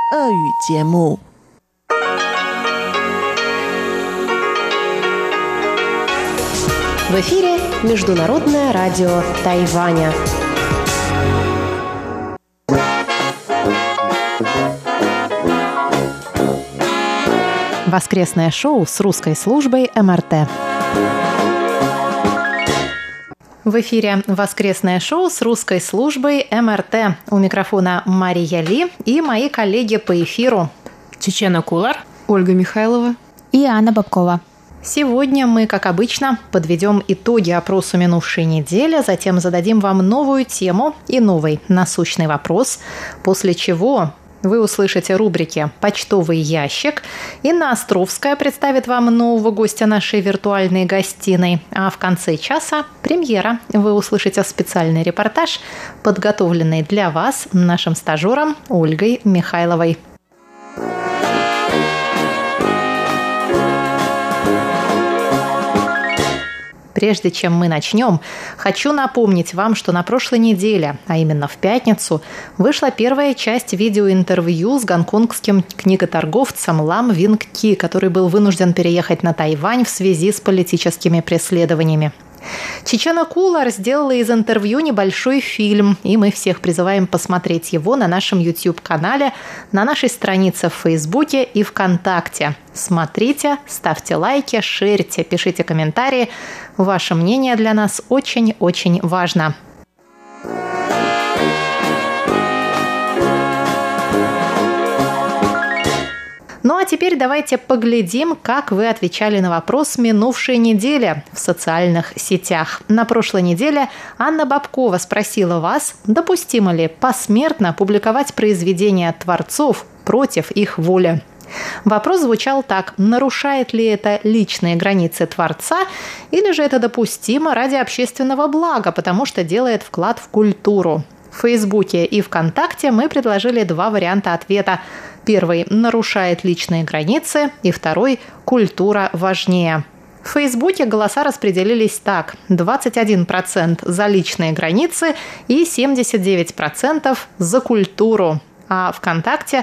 俄语节目。 В эфире Международное радио Тайваня. Воскресное шоу с русской службой МРТ. В эфире воскресное шоу с русской службой МРТ. У микрофона Мария Ли и мои коллеги по эфиру Чечена Кулар, Ольга Михайлова и Анна Бабкова. Сегодня мы, как обычно, подведем итоги опросу минувшей недели, затем зададим вам новую тему и новый насущный вопрос, после чего вы услышите рубрики «Почтовый ящик». Инна Островская представит вам нового гостя нашей виртуальной гостиной. А в конце часа премьера. Вы услышите специальный репортаж, подготовленный для вас нашим стажером Ольгой Михайловой. Прежде чем мы начнем, хочу напомнить вам, что на прошлой неделе, а именно в пятницу, вышла первая часть видеоинтервью с гонконгским книготорговцем Лам Винг Ки, который был вынужден переехать на Тайвань в связи с политическими преследованиями. Чечена Кулар сделала из интервью небольшой фильм, и мы всех призываем посмотреть его на нашем YouTube-канале, на нашей странице в Фейсбуке и ВКонтакте. Смотрите, ставьте лайки, шерьте, пишите комментарии. Ваше мнение для нас очень-очень важно. Ну а теперь давайте поглядим, как вы отвечали на вопрос минувшей недели в социальных сетях. На прошлой неделе Анна Бабкова спросила вас, допустимо ли посмертно публиковать произведения творцов против их воли. Вопрос звучал так: нарушает ли это личные границы творца, или же это допустимо ради общественного блага, потому что делает вклад в культуру? В Фейсбуке и ВКонтакте мы предложили два варианта ответа. Первый – нарушает личные границы, и второй – культура важнее. В Фейсбуке голоса распределились так: 21% за личные границы и 79% за культуру. А ВКонтакте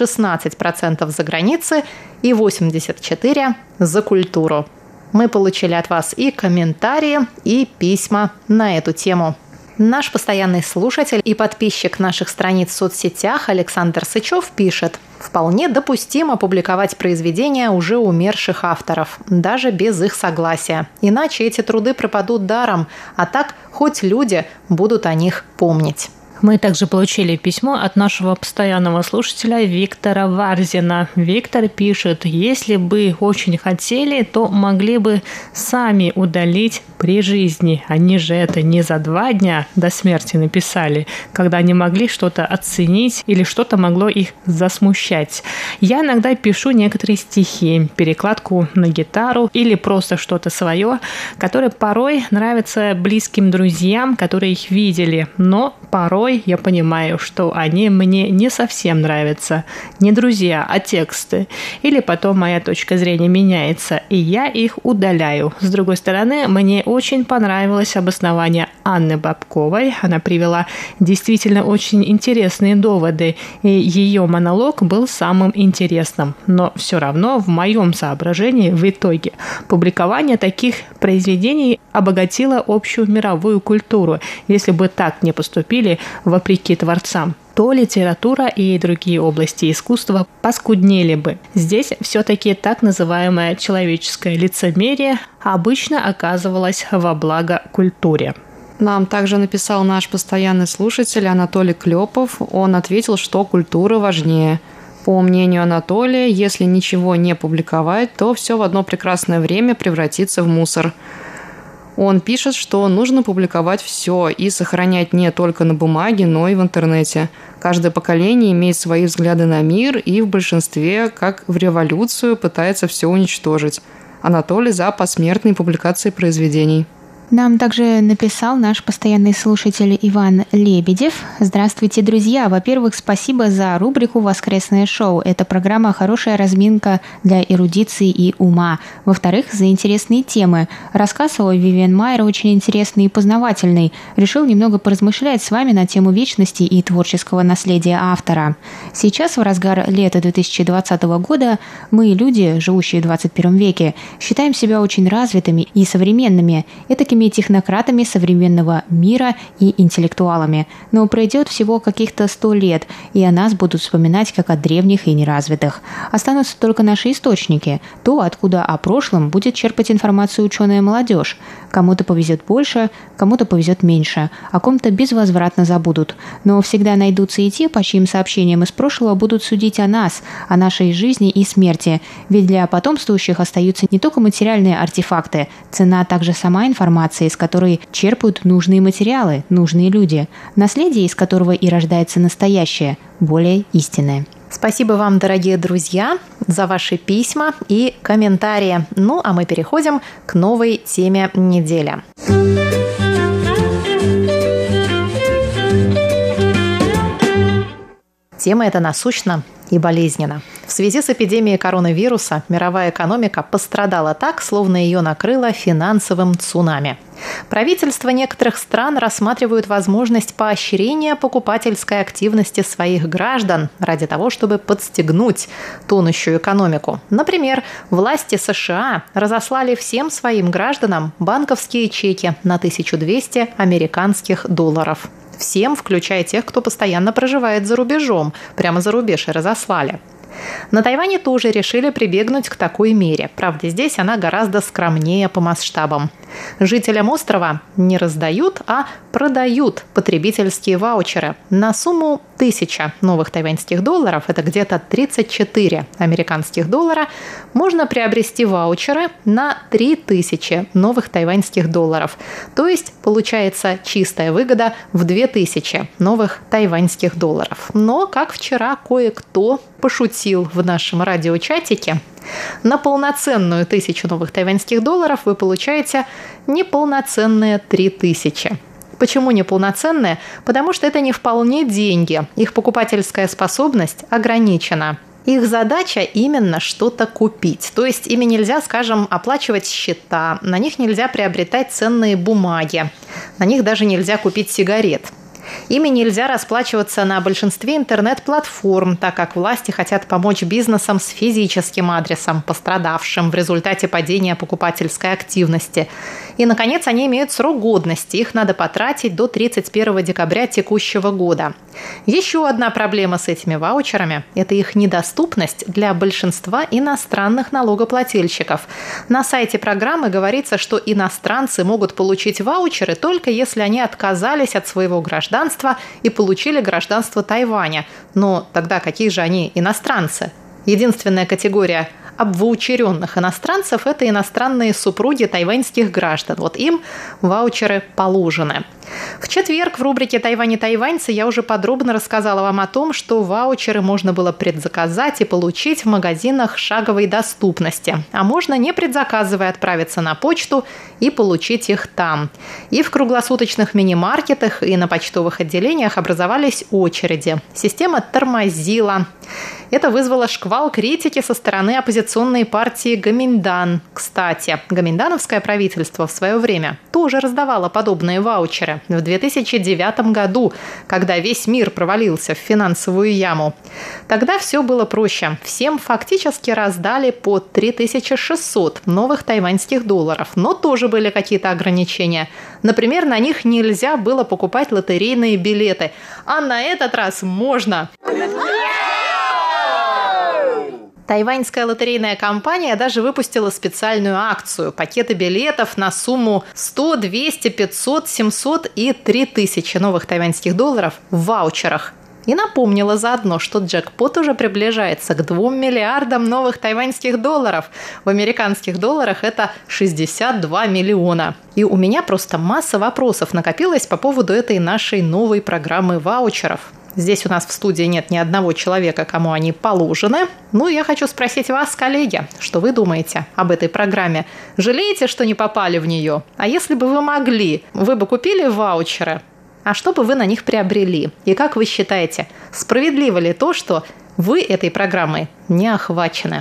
16% за границы и 84% за культуру. Мы получили от вас и комментарии, и письма на эту тему. Наш постоянный слушатель и подписчик наших страниц в соцсетях Александр Сычев пишет: «Вполне допустимо публиковать произведения уже умерших авторов, даже без их согласия. Иначе эти труды пропадут даром, а так хоть люди будут о них помнить». Мы также получили письмо от нашего постоянного слушателя Виктора Варзина. Виктор пишет: если бы очень хотели, то могли бы сами удалить при жизни. Они же это не за 2 дня до смерти написали, когда они могли что-то оценить или что-то могло их засмущать. Я иногда пишу некоторые стихи, перекладку на гитару или просто что-то свое, которое порой нравится близким друзьям, которые их видели, но порой я понимаю, что они мне не совсем нравятся. Не друзья, а тексты. Или потом моя точка зрения меняется, и я их удаляю. С другой стороны, мне очень понравилось обоснование Анны Бабковой. Она привела действительно очень интересные доводы, и ее монолог был самым интересным. Но все равно в моем соображении в итоге публикование таких произведений обогатило общую мировую культуру. Если бы так не поступили, вопреки творцам, то литература и другие области искусства поскуднели бы. Здесь все-таки так называемое человеческое лицемерие обычно оказывалось во благо культуре. Нам также написал наш постоянный слушатель Анатолий Клепов. Он ответил, что культура важнее. По мнению Анатолия, если ничего не публиковать, то все в одно прекрасное время превратится в мусор. Он пишет, что нужно публиковать все и сохранять не только на бумаге, но и в интернете. Каждое поколение имеет свои взгляды на мир и в большинстве, как в революцию, пытается все уничтожить. Анатолий за посмертные публикации произведений. Нам также написал наш постоянный слушатель Иван Лебедев. Здравствуйте, друзья! Во-первых, спасибо за рубрику «Воскресное шоу». Эта программа – хорошая разминка для эрудиции и ума. Во-вторых, за интересные темы. Рассказ о Вивиан Майер очень интересный и познавательный. Решил немного поразмышлять с вами на тему вечности и творческого наследия автора. Сейчас, в разгар лета 2020 года, мы, люди, живущие в 21 веке, считаем себя очень развитыми и современными, этакими технократами современного мира и интеллектуалами. Но пройдет всего каких-то 100 лет, и о нас будут вспоминать как о древних и неразвитых. Останутся только наши источники, то, откуда о прошлом будет черпать информацию ученая молодежь. Кому-то повезет больше, кому-то повезет меньше, о ком-то безвозвратно забудут. Но всегда найдутся и те, по чьим сообщениям из прошлого будут судить о нас, о нашей жизни и смерти. Ведь для потомствующих остаются не только материальные артефакты, цена также сама информация, из которой черпают нужные материалы, нужные люди, наследие из которого и рождается настоящее, более истинное. Спасибо вам, дорогие друзья, за ваши письма и комментарии. Ну, а мы переходим к новой теме недели. Тема эта насущна и болезненна. В связи с эпидемией коронавируса мировая экономика пострадала так, словно ее накрыло финансовым цунами. Правительства некоторых стран рассматривают возможность поощрения покупательской активности своих граждан ради того, чтобы подстегнуть тонущую экономику. Например, власти США разослали всем своим гражданам банковские чеки на 1200 американских долларов. Всем, включая тех, кто постоянно проживает за рубежом. Прямо за рубеж и разослали. На Тайване тоже решили прибегнуть к такой мере. Правда, здесь она гораздо скромнее по масштабам. Жителям острова не раздают, а продают потребительские ваучеры на сумму 1000 новых тайваньских долларов, это где-то 34 американских доллара, можно приобрести ваучеры на 3000 новых тайваньских долларов. То есть получается чистая выгода в 2000 новых тайваньских долларов. Но, как вчера кое-кто пошутил в нашем радиочатике, на полноценную 1000 новых тайваньских долларов вы получаете неполноценные 3000. Почему неполноценные? Потому что это не вполне деньги. Их покупательская способность ограничена. Их задача именно что-то купить. То есть ими нельзя, скажем, оплачивать счета, на них нельзя приобретать ценные бумаги, на них даже нельзя купить сигарет. Ими нельзя расплачиваться на большинстве интернет-платформ, так как власти хотят помочь бизнесам с физическим адресом, пострадавшим в результате падения покупательской активности. И, наконец, они имеют срок годности. Их надо потратить до 31 декабря текущего года. Еще одна проблема с этими ваучерами – это их недоступность для большинства иностранных налогоплательщиков. На сайте программы говорится, что иностранцы могут получить ваучеры только если они отказались от своего гражданства и получили гражданство Тайваня. Но тогда какие же они иностранцы? Единственная категория обваучеренных иностранцев – это иностранные супруги тайваньских граждан. Вот им ваучеры положены. В четверг в рубрике «Тайвань и тайваньцы» я уже подробно рассказала вам о том, что ваучеры можно было предзаказать и получить в магазинах шаговой доступности. А можно, не предзаказывая, отправиться на почту и получить их там. И в круглосуточных мини-маркетах, и на почтовых отделениях образовались очереди. Система тормозила. Это вызвало шквал критики со стороны оппозиционной партии Гоминьдан. Кстати, гоминьдановское правительство в свое время тоже раздавало подобные ваучеры в 2009 году, когда весь мир провалился в финансовую яму. Тогда все было проще. Всем фактически раздали по 3600 новых тайваньских долларов, но тоже были какие-то ограничения. Например, на них нельзя было покупать лотерейные билеты, а на этот раз можно. Тайваньская лотерейная компания даже выпустила специальную акцию – пакеты билетов на сумму 100, 200, 500, 700 и 3000 новых тайваньских долларов в ваучерах. И напомнила заодно, что джекпот уже приближается к 2 миллиардам новых тайваньских долларов. В американских долларах это 62 миллиона. И у меня просто масса вопросов накопилось по поводу этой нашей новой программы ваучеров. Здесь у нас в студии нет ни одного человека, кому они положены. Ну, я хочу спросить вас, коллеги, что вы думаете об этой программе? Жалеете, что не попали в нее? А если бы вы могли, вы бы купили ваучеры? А что бы вы на них приобрели? И как вы считаете, справедливо ли то, что вы этой программой не охвачены?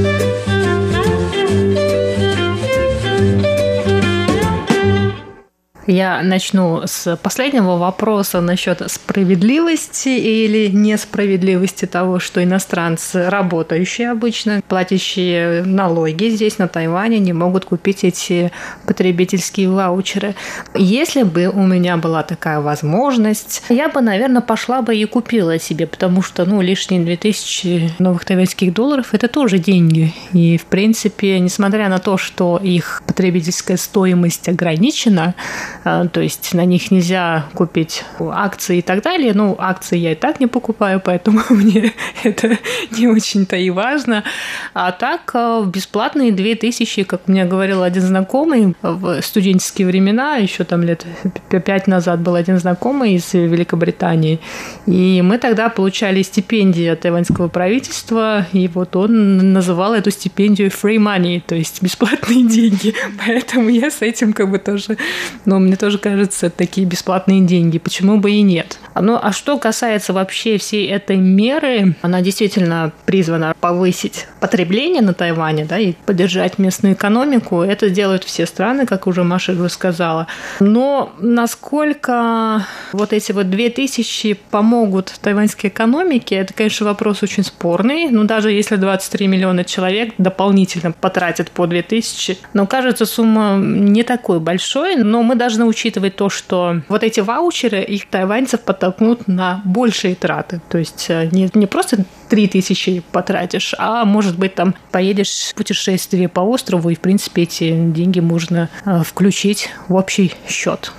Я начну с последнего вопроса насчет справедливости или несправедливости того, что иностранцы, работающие обычно, платящие налоги здесь, на Тайване, не могут купить эти потребительские ваучеры. Если бы у меня была такая возможность, я бы, наверное, пошла бы и купила себе, потому что, лишние 2000 новых тайваньских долларов – это тоже деньги. И, в принципе, несмотря на то, что их потребительская стоимость ограничена, то есть на них нельзя купить акции и так далее. Акции я и так не покупаю, поэтому мне это не очень-то и важно. А так, бесплатные 2000, как мне говорил один знакомый, в студенческие времена, еще там лет 5 назад был один знакомый из Великобритании, и мы тогда получали стипендии от тайваньского правительства, и вот он называл эту стипендию free money, то есть бесплатные деньги. Поэтому я с этим тоже... мне тоже кажется, такие бесплатные деньги. Почему бы и нет? А что касается вообще всей этой меры, она действительно призвана повысить потребление на Тайване, и поддержать местную экономику. Это делают все страны, как уже Маша сказала. Но насколько вот эти 2000 помогут тайваньской экономике, это, конечно, вопрос очень спорный. Даже если 23 миллиона человек дополнительно потратят по 2000, кажется, сумма не такой большой, но мы должны учитывать то, что вот эти ваучеры, их тайваньцев подтолкнут на большие траты. То есть не просто 3000 потратишь, а может быть там поедешь в путешествие по острову, и в принципе эти деньги можно включить в общий счет.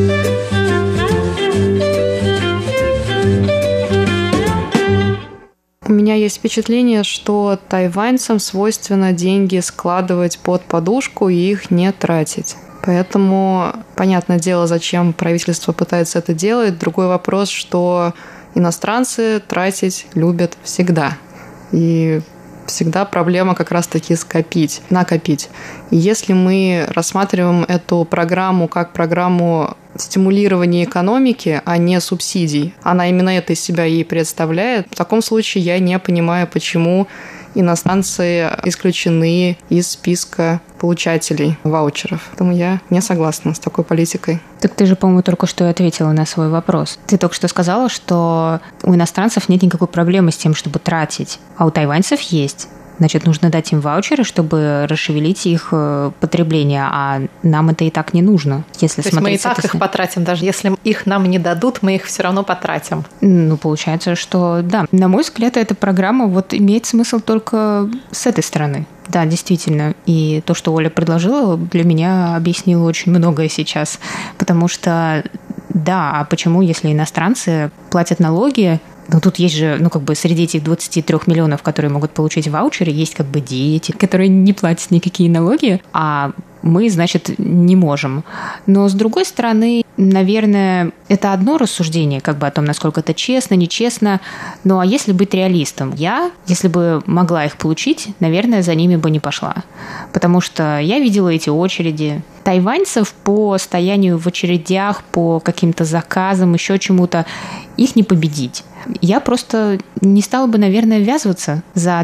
У меня есть впечатление, что тайваньцам свойственно деньги складывать под подушку и их не тратить. Поэтому, понятное дело, зачем правительство пытается это делать. Другой вопрос, что иностранцы тратить любят всегда. И всегда проблема как раз-таки накопить. И если мы рассматриваем эту программу как программу стимулирования экономики, а не субсидий, она именно это из себя и представляет, в таком случае я не понимаю, почему иностранцы исключены из списка получателей ваучеров. Поэтому я не согласна с такой политикой. Так ты же, по-моему, только что ответила на свой вопрос. Ты только что сказала, что у иностранцев нет никакой проблемы с тем, чтобы тратить, а у тайваньцев есть. Значит, нужно дать им ваучеры, чтобы расшевелить их потребление, а нам это и так не нужно. Если то есть мы и так их потратим, даже если их нам не дадут, мы их все равно потратим. Получается, что да. На мой взгляд, эта программа имеет смысл только с этой стороны. Да, действительно. И то, что Оля предложила, для меня объяснило очень многое сейчас. Потому что, да, а почему, если иностранцы платят налоги, тут есть же, среди этих 23 миллионов, которые могут получить ваучеры, есть дети, которые не платят никакие налоги, а мы, значит, не можем. Но, с другой стороны, наверное, это одно рассуждение, о том, насколько это честно, нечестно. А если быть реалистом, если бы могла их получить, наверное, за ними бы не пошла. Потому что я видела эти очереди. Тайваньцев по стоянию в очередях, по каким-то заказам, еще чему-то, их не победить. Я просто не стала бы, наверное, ввязываться за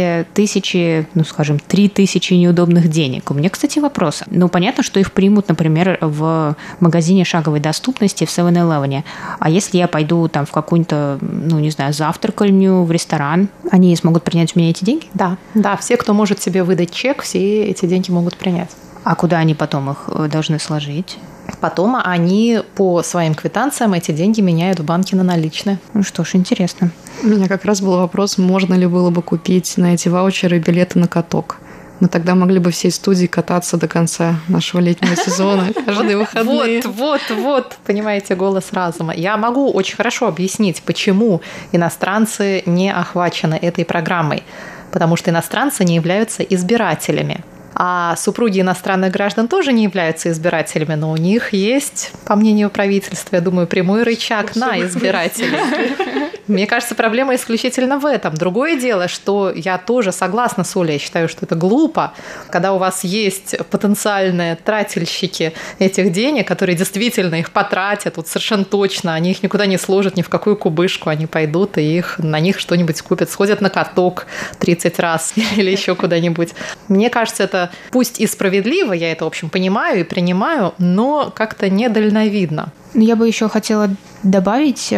2000, 3000 неудобных денег. У меня, кстати, вопрос. Понятно, что их примут, например, в магазине шаговой доступности в 7-Eleven. А если я пойду в какую-то, завтракальню, в ресторан, они смогут принять у меня эти деньги? Да, все, кто может себе выдать чек, все эти деньги могут принять. А куда они потом их должны сложить? Потом они по своим квитанциям эти деньги меняют в банке на наличные. Что ж, интересно. У меня как раз был вопрос, можно ли было бы купить на эти ваучеры билеты на каток. Мы тогда могли бы всей студии кататься до конца нашего летнего сезона, каждые выходные. Вот, понимаете, голос разума. Я могу очень хорошо объяснить, почему иностранцы не охвачены этой программой. Потому что иностранцы не являются избирателями. А супруги иностранных граждан тоже не являются избирателями, но у них есть, по мнению правительства, я думаю, прямой рычаг на избирателей. Мне кажется, проблема исключительно в этом. Другое дело, что я тоже согласна с Олей, я считаю, что это глупо, когда у вас есть потенциальные тратильщики этих денег, которые действительно их потратят, вот совершенно точно, они их никуда не сложат, ни в какую кубышку, они пойдут и на них что-нибудь купят, сходят на каток 30 раз или еще куда-нибудь. Мне кажется, это пусть и справедливо, я это, в общем, понимаю и принимаю, но как-то недальновидно. Я бы еще хотела добавить,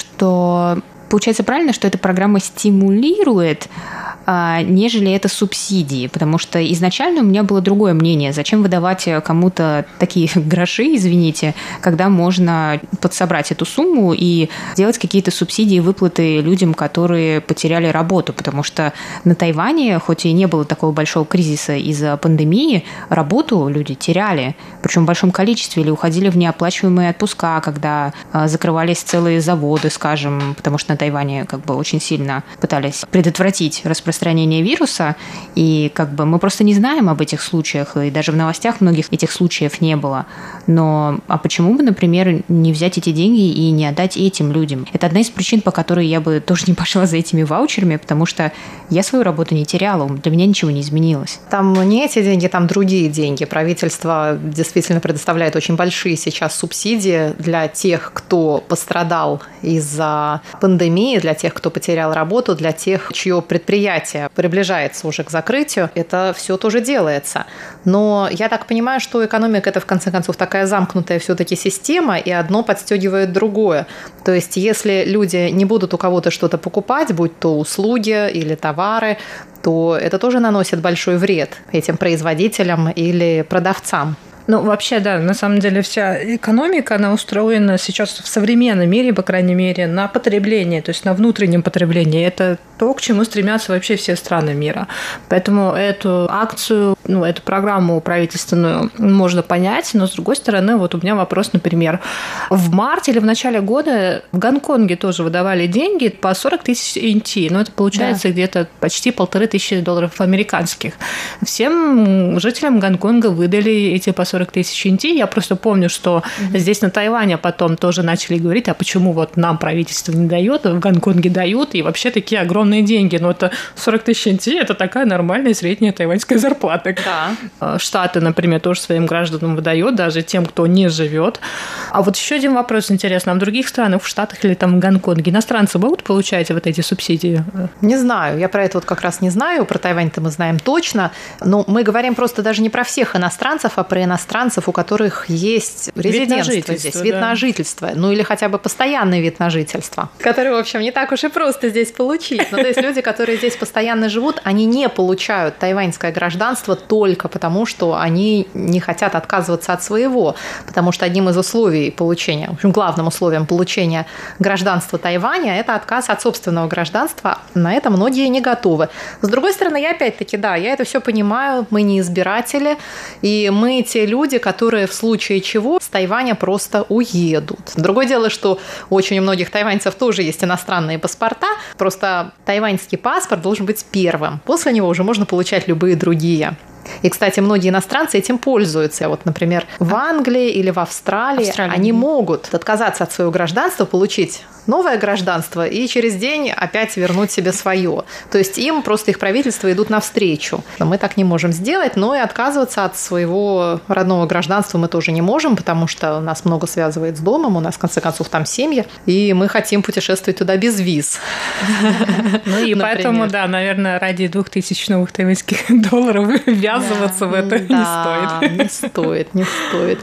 что получается правильно, что эта программа стимулирует, нежели это субсидии, потому что изначально у меня было другое мнение. Зачем выдавать кому-то такие гроши, извините, когда можно подсобрать эту сумму и делать какие-то субсидии, выплаты людям, которые потеряли работу, потому что на Тайване, хоть и не было такого большого кризиса из-за пандемии, работу люди теряли, причем в большом количестве, или уходили в неоплачиваемые отпуска, когда закрывались целые заводы, скажем, потому что на Тайване как бы очень сильно пытались предотвратить распространение вируса, и как бы мы просто не знаем об этих случаях, и даже в новостях многих этих случаев не было. Но а почему бы, например, не взять эти деньги и не отдать этим людям? Это одна из причин, по которой я бы тоже не пошла за этими ваучерами, потому что я свою работу не теряла, для меня ничего не изменилось. Там не эти деньги, там другие деньги. Правительство действительно предоставляет очень большие сейчас субсидии для тех, кто пострадал из-за пандемии, для тех, кто потерял работу, для тех, чье предприятие приближается уже к закрытию. Это все тоже делается. Но я так понимаю, что экономика – это, в конце концов, такая замкнутая все-таки система, и одно подстегивает другое. То есть, если люди не будут у кого-то что-то покупать, будь то услуги или товары, то это тоже наносит большой вред этим производителям или продавцам. Ну, вообще, да, на самом деле вся экономика, она устроена сейчас в современном мире, по крайней мере, на потребление, то есть на внутреннем потреблении. Это то, к чему стремятся вообще все страны мира. Поэтому эту акцию, эту программу правительственную можно понять, но, с другой стороны, вот у меня вопрос, например, в марте или в начале года в Гонконге тоже выдавали деньги по 40 тысяч NT, это получается где-то почти $1500 американских. Всем жителям Гонконга выдали эти по 40 тысяч NT. Я просто помню, что здесь на Тайване потом тоже начали говорить, а почему вот нам правительство не дает, а в Гонконге дают, и вообще такие огромные деньги. Но это 40 тысяч NT, это такая нормальная средняя тайваньская зарплата. Да. Штаты, например, тоже своим гражданам выдают, даже тем, кто не живет. А вот еще один вопрос интересный. А в других странах, в Штатах или там в Гонконге, иностранцы могут получать вот эти субсидии? Не знаю. Я про это вот как раз не знаю. Про Тайвань-то мы знаем точно. Но мы говорим просто даже не про всех иностранцев, а про иностранцев, у которых есть резидентство здесь, вид на жительство, или хотя бы постоянный вид на жительство, который, в общем, не так уж и просто здесь получить. То есть люди, которые здесь постоянно живут, они не получают тайваньское гражданство только потому, что они не хотят отказываться от своего, потому что одним из условий получения, в общем, главным условием получения гражданства Тайваня – это отказ от собственного гражданства. На это многие не готовы. С другой стороны, я опять-таки, да, я это все понимаю, мы не избиратели, и мы те люди, которые в случае чего с Тайваня просто уедут. Другое дело, что очень у многих тайваньцев тоже есть иностранные паспорта, просто тайваньский паспорт должен быть первым. После него уже можно получать любые другие. И, кстати, многие иностранцы этим пользуются. Вот, например, в Англии или в Австралии они могут отказаться от своего гражданства, получить новое гражданство и через день опять вернуть себе свое. То есть им просто их правительство идут навстречу. Мы так не можем сделать, но и отказываться от своего родного гражданства мы тоже не можем, потому что нас много связывает с домом, у нас, в конце концов, там семьи, и мы хотим путешествовать туда без виз. И поэтому, да, наверное, ради 2000 новых тайваньских долларов ввязываться в это не стоит. Не стоит.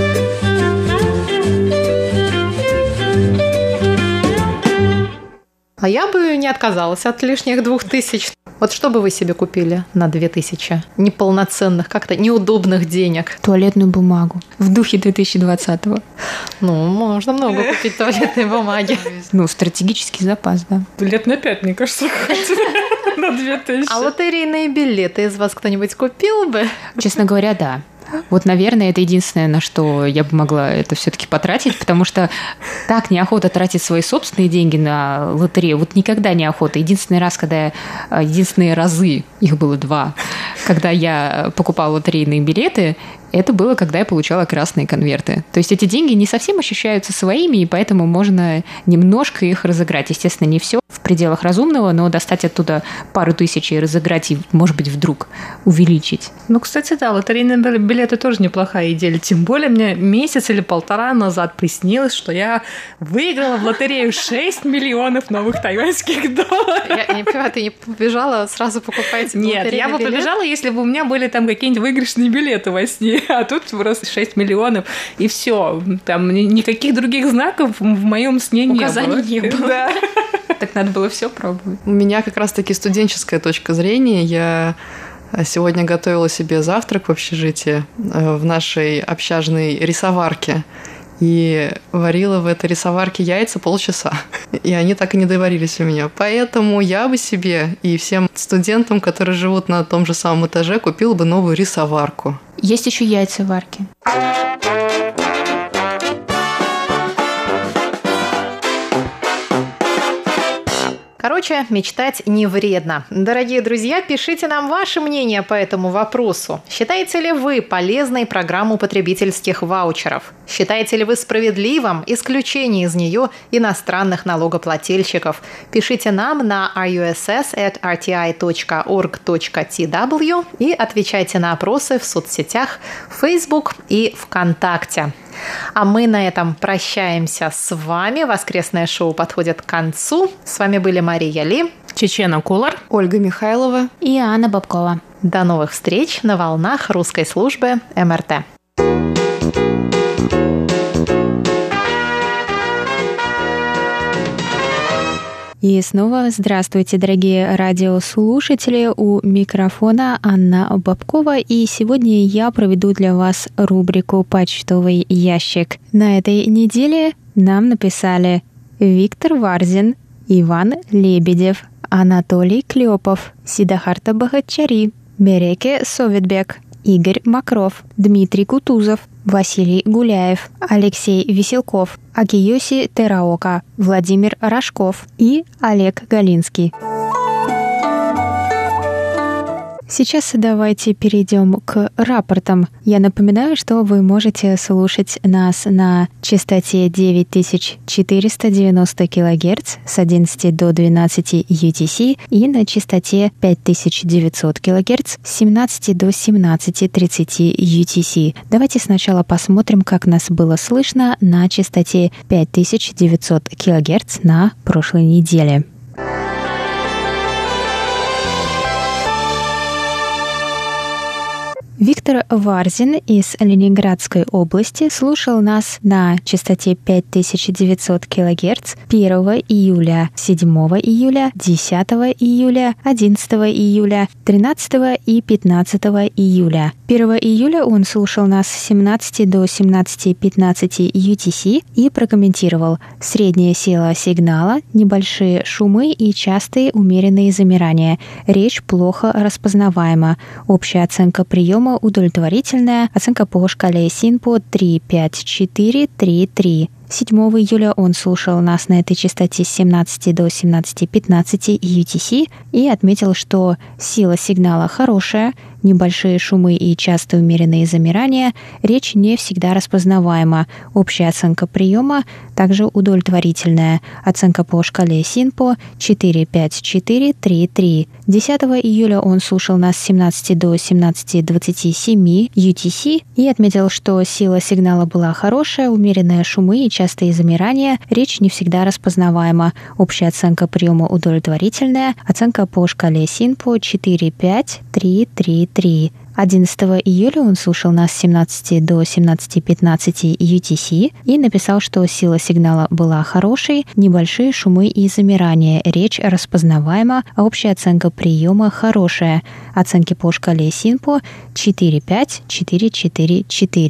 А я бы не отказалась от лишних 2000. Вот что бы вы себе купили на 2000 неполноценных, как-то неудобных денег? Туалетную бумагу. В духе 2020-го. Можно много купить туалетной бумаги. Стратегический запас, да. Лет на 5, мне кажется, хватит на 2000. А лотерейные билеты из вас кто-нибудь купил бы? Честно говоря, да. Вот, наверное, это единственное, на что я бы могла это все-таки потратить, потому что так неохота тратить свои собственные деньги на лотерею. Вот никогда неохота. Единственные разы, их было 2, когда я покупала лотерейные билеты, это было, когда я получала красные конверты. То есть эти деньги не совсем ощущаются своими, и поэтому можно немножко их разыграть. Естественно, не все в пределах разумного, но достать оттуда пару тысяч и разыграть, и, может быть, вдруг увеличить. Ну, кстати, да, лотерейные билеты тоже неплохая идея. Тем более мне месяц или 1,5 назад приснилось, что я выиграла в лотерею 6 миллионов новых тайваньских долларов. Я не понимаю, ты не побежала сразу покупать лотерейный билет? Нет, я бы побежала, если бы у меня были там какие-нибудь выигрышные билеты во сне. А тут просто 6 миллионов, и все. Там никаких других знаков в моем сне указаний не было. Да. Так надо было все пробовать. У меня как раз-таки студенческая точка зрения. Я сегодня готовила себе завтрак в общежитии в нашей общажной рисоварке. И варила в этой рисоварке яйца полчаса. И они так и не доварились у меня. Поэтому я бы себе и всем студентам, которые живут на том же самом этаже, купила бы новую рисоварку. Есть еще яйца-варки. Короче, мечтать не вредно. Дорогие друзья, пишите нам ваше мнение по этому вопросу. Считаете ли вы полезной программу потребительских ваучеров? Считаете ли вы справедливым исключение из нее иностранных налогоплательщиков? Пишите нам на russ@rti.org.tw и отвечайте на опросы в соцсетях Facebook и ВКонтакте. А мы на этом прощаемся с вами. Воскресное шоу подходит к концу. С вами были Мария Ли, Чечена Кулар, Ольга Михайлова и Анна Бабкова. До новых встреч на волнах русской службы МРТ. И снова здравствуйте, дорогие радиослушатели. У микрофона Анна Бабкова. И сегодня я проведу для вас рубрику «Почтовый ящик». На этой неделе нам написали Виктор Варзин, Иван Лебедев, Анатолий Клепов, Сидахарта Бахатчари, Береке Советбек, Игорь Макров, Дмитрий Кутузов, Василий Гуляев, Алексей Веселков, Акиоси Тераока, Владимир Рожков и Олег Галинский. Сейчас давайте перейдем к рапортам. Я напоминаю, что вы можете слушать нас на частоте 9490 кГц с 11 до 12 UTC и на частоте 5900 кГц с 17 до 17:30 UTC. Давайте сначала посмотрим, как нас было слышно на частоте 5900 кГц на прошлой неделе. Виктор Варзин из Ленинградской области слушал нас на частоте 5900 кГц 1 июля, 7 июля, 10 июля, 11 июля, 13 и 15 июля. 1 июля он слушал нас с 17 до 17:15 UTC и прокомментировал: средняя сила сигнала, небольшие шумы и частые умеренные замирания. Речь плохо распознаваема. Общая оценка приема удовлетворительная. Оценка по шкале СИНПО 3,5,4,3,3. 7 июля он слушал нас на этой частоте с 17 до 17:15 UTC и отметил, что сила сигнала хорошая, небольшие шумы и частые умеренные замирания, речь не всегда распознаваема. Общая оценка приема также удовлетворительная. Оценка по шкале СИНПО 4,5,4,3,3. 10 июля он слушал нас с 17 до 17:27 UTC и отметил, что сила сигнала была хорошая, умеренные шумы и частые замирания, речь не всегда распознаваема. Общая оценка приема удовлетворительная. Оценка по шкале СИНПО 4,5,3,3,3. 11 июля он слушал нас с 17 до 17:15 UTC и написал, что сила сигнала была хорошей, небольшие шумы и замирания, речь распознаваема, а общая оценка приема хорошая. Оценки по шкале СИНПО 4,5,4,4,4.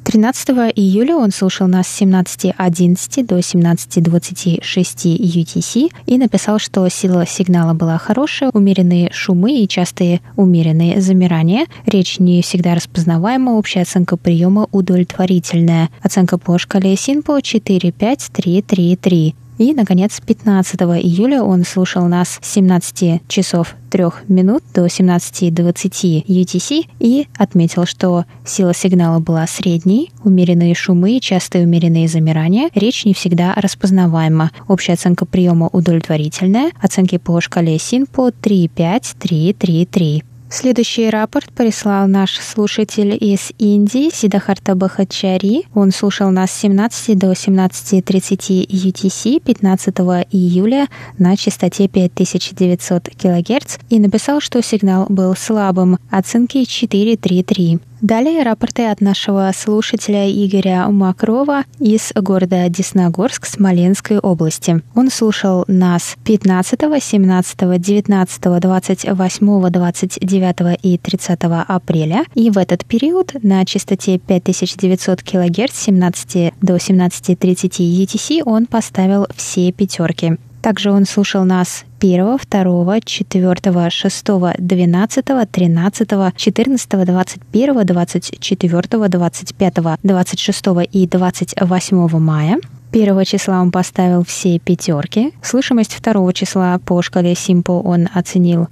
13 июля он слушал нас с 17:11 до 17:26 UTC и написал, что сила сигнала была хорошая, умеренные шумы и частые умеренные замирания. Речь не всегда распознаваема, общая оценка приема удовлетворительная. Оценка по шкале SINPO 4-5-3-3-3. И, наконец, 15 июля он слушал нас с 17 часов 3 минут до 17:20 UTC и отметил, что сила сигнала была средней, умеренные шумы и частые умеренные замирания, речь не всегда распознаваема. Общая оценка приема удовлетворительная, оценки по шкале SINPO 3-5-3-3-3. Следующий рапорт прислал наш слушатель из Индии Сидахарта Бахачари. Он слушал нас с 17 до 17:30 UTC 15 июля на частоте 5900 кГц и написал, что сигнал был слабым, оценки 4-3-3. Далее рапорты от нашего слушателя Игоря Макрова из города Десногорск Смоленской области. Он слушал нас 15, 17, 19, 28, 29 и 30 апреля. И в этот период на частоте 5900 кГц с 17 до 17:30 UTC он поставил все пятерки. Также он слушал нас 1, 2, 4, 6, 12, 13, 14, 21, 24, 25, 26 и 28 мая. 1 числа он поставил все пятерки. Слышимость 2 числа по шкале SINPO он оценил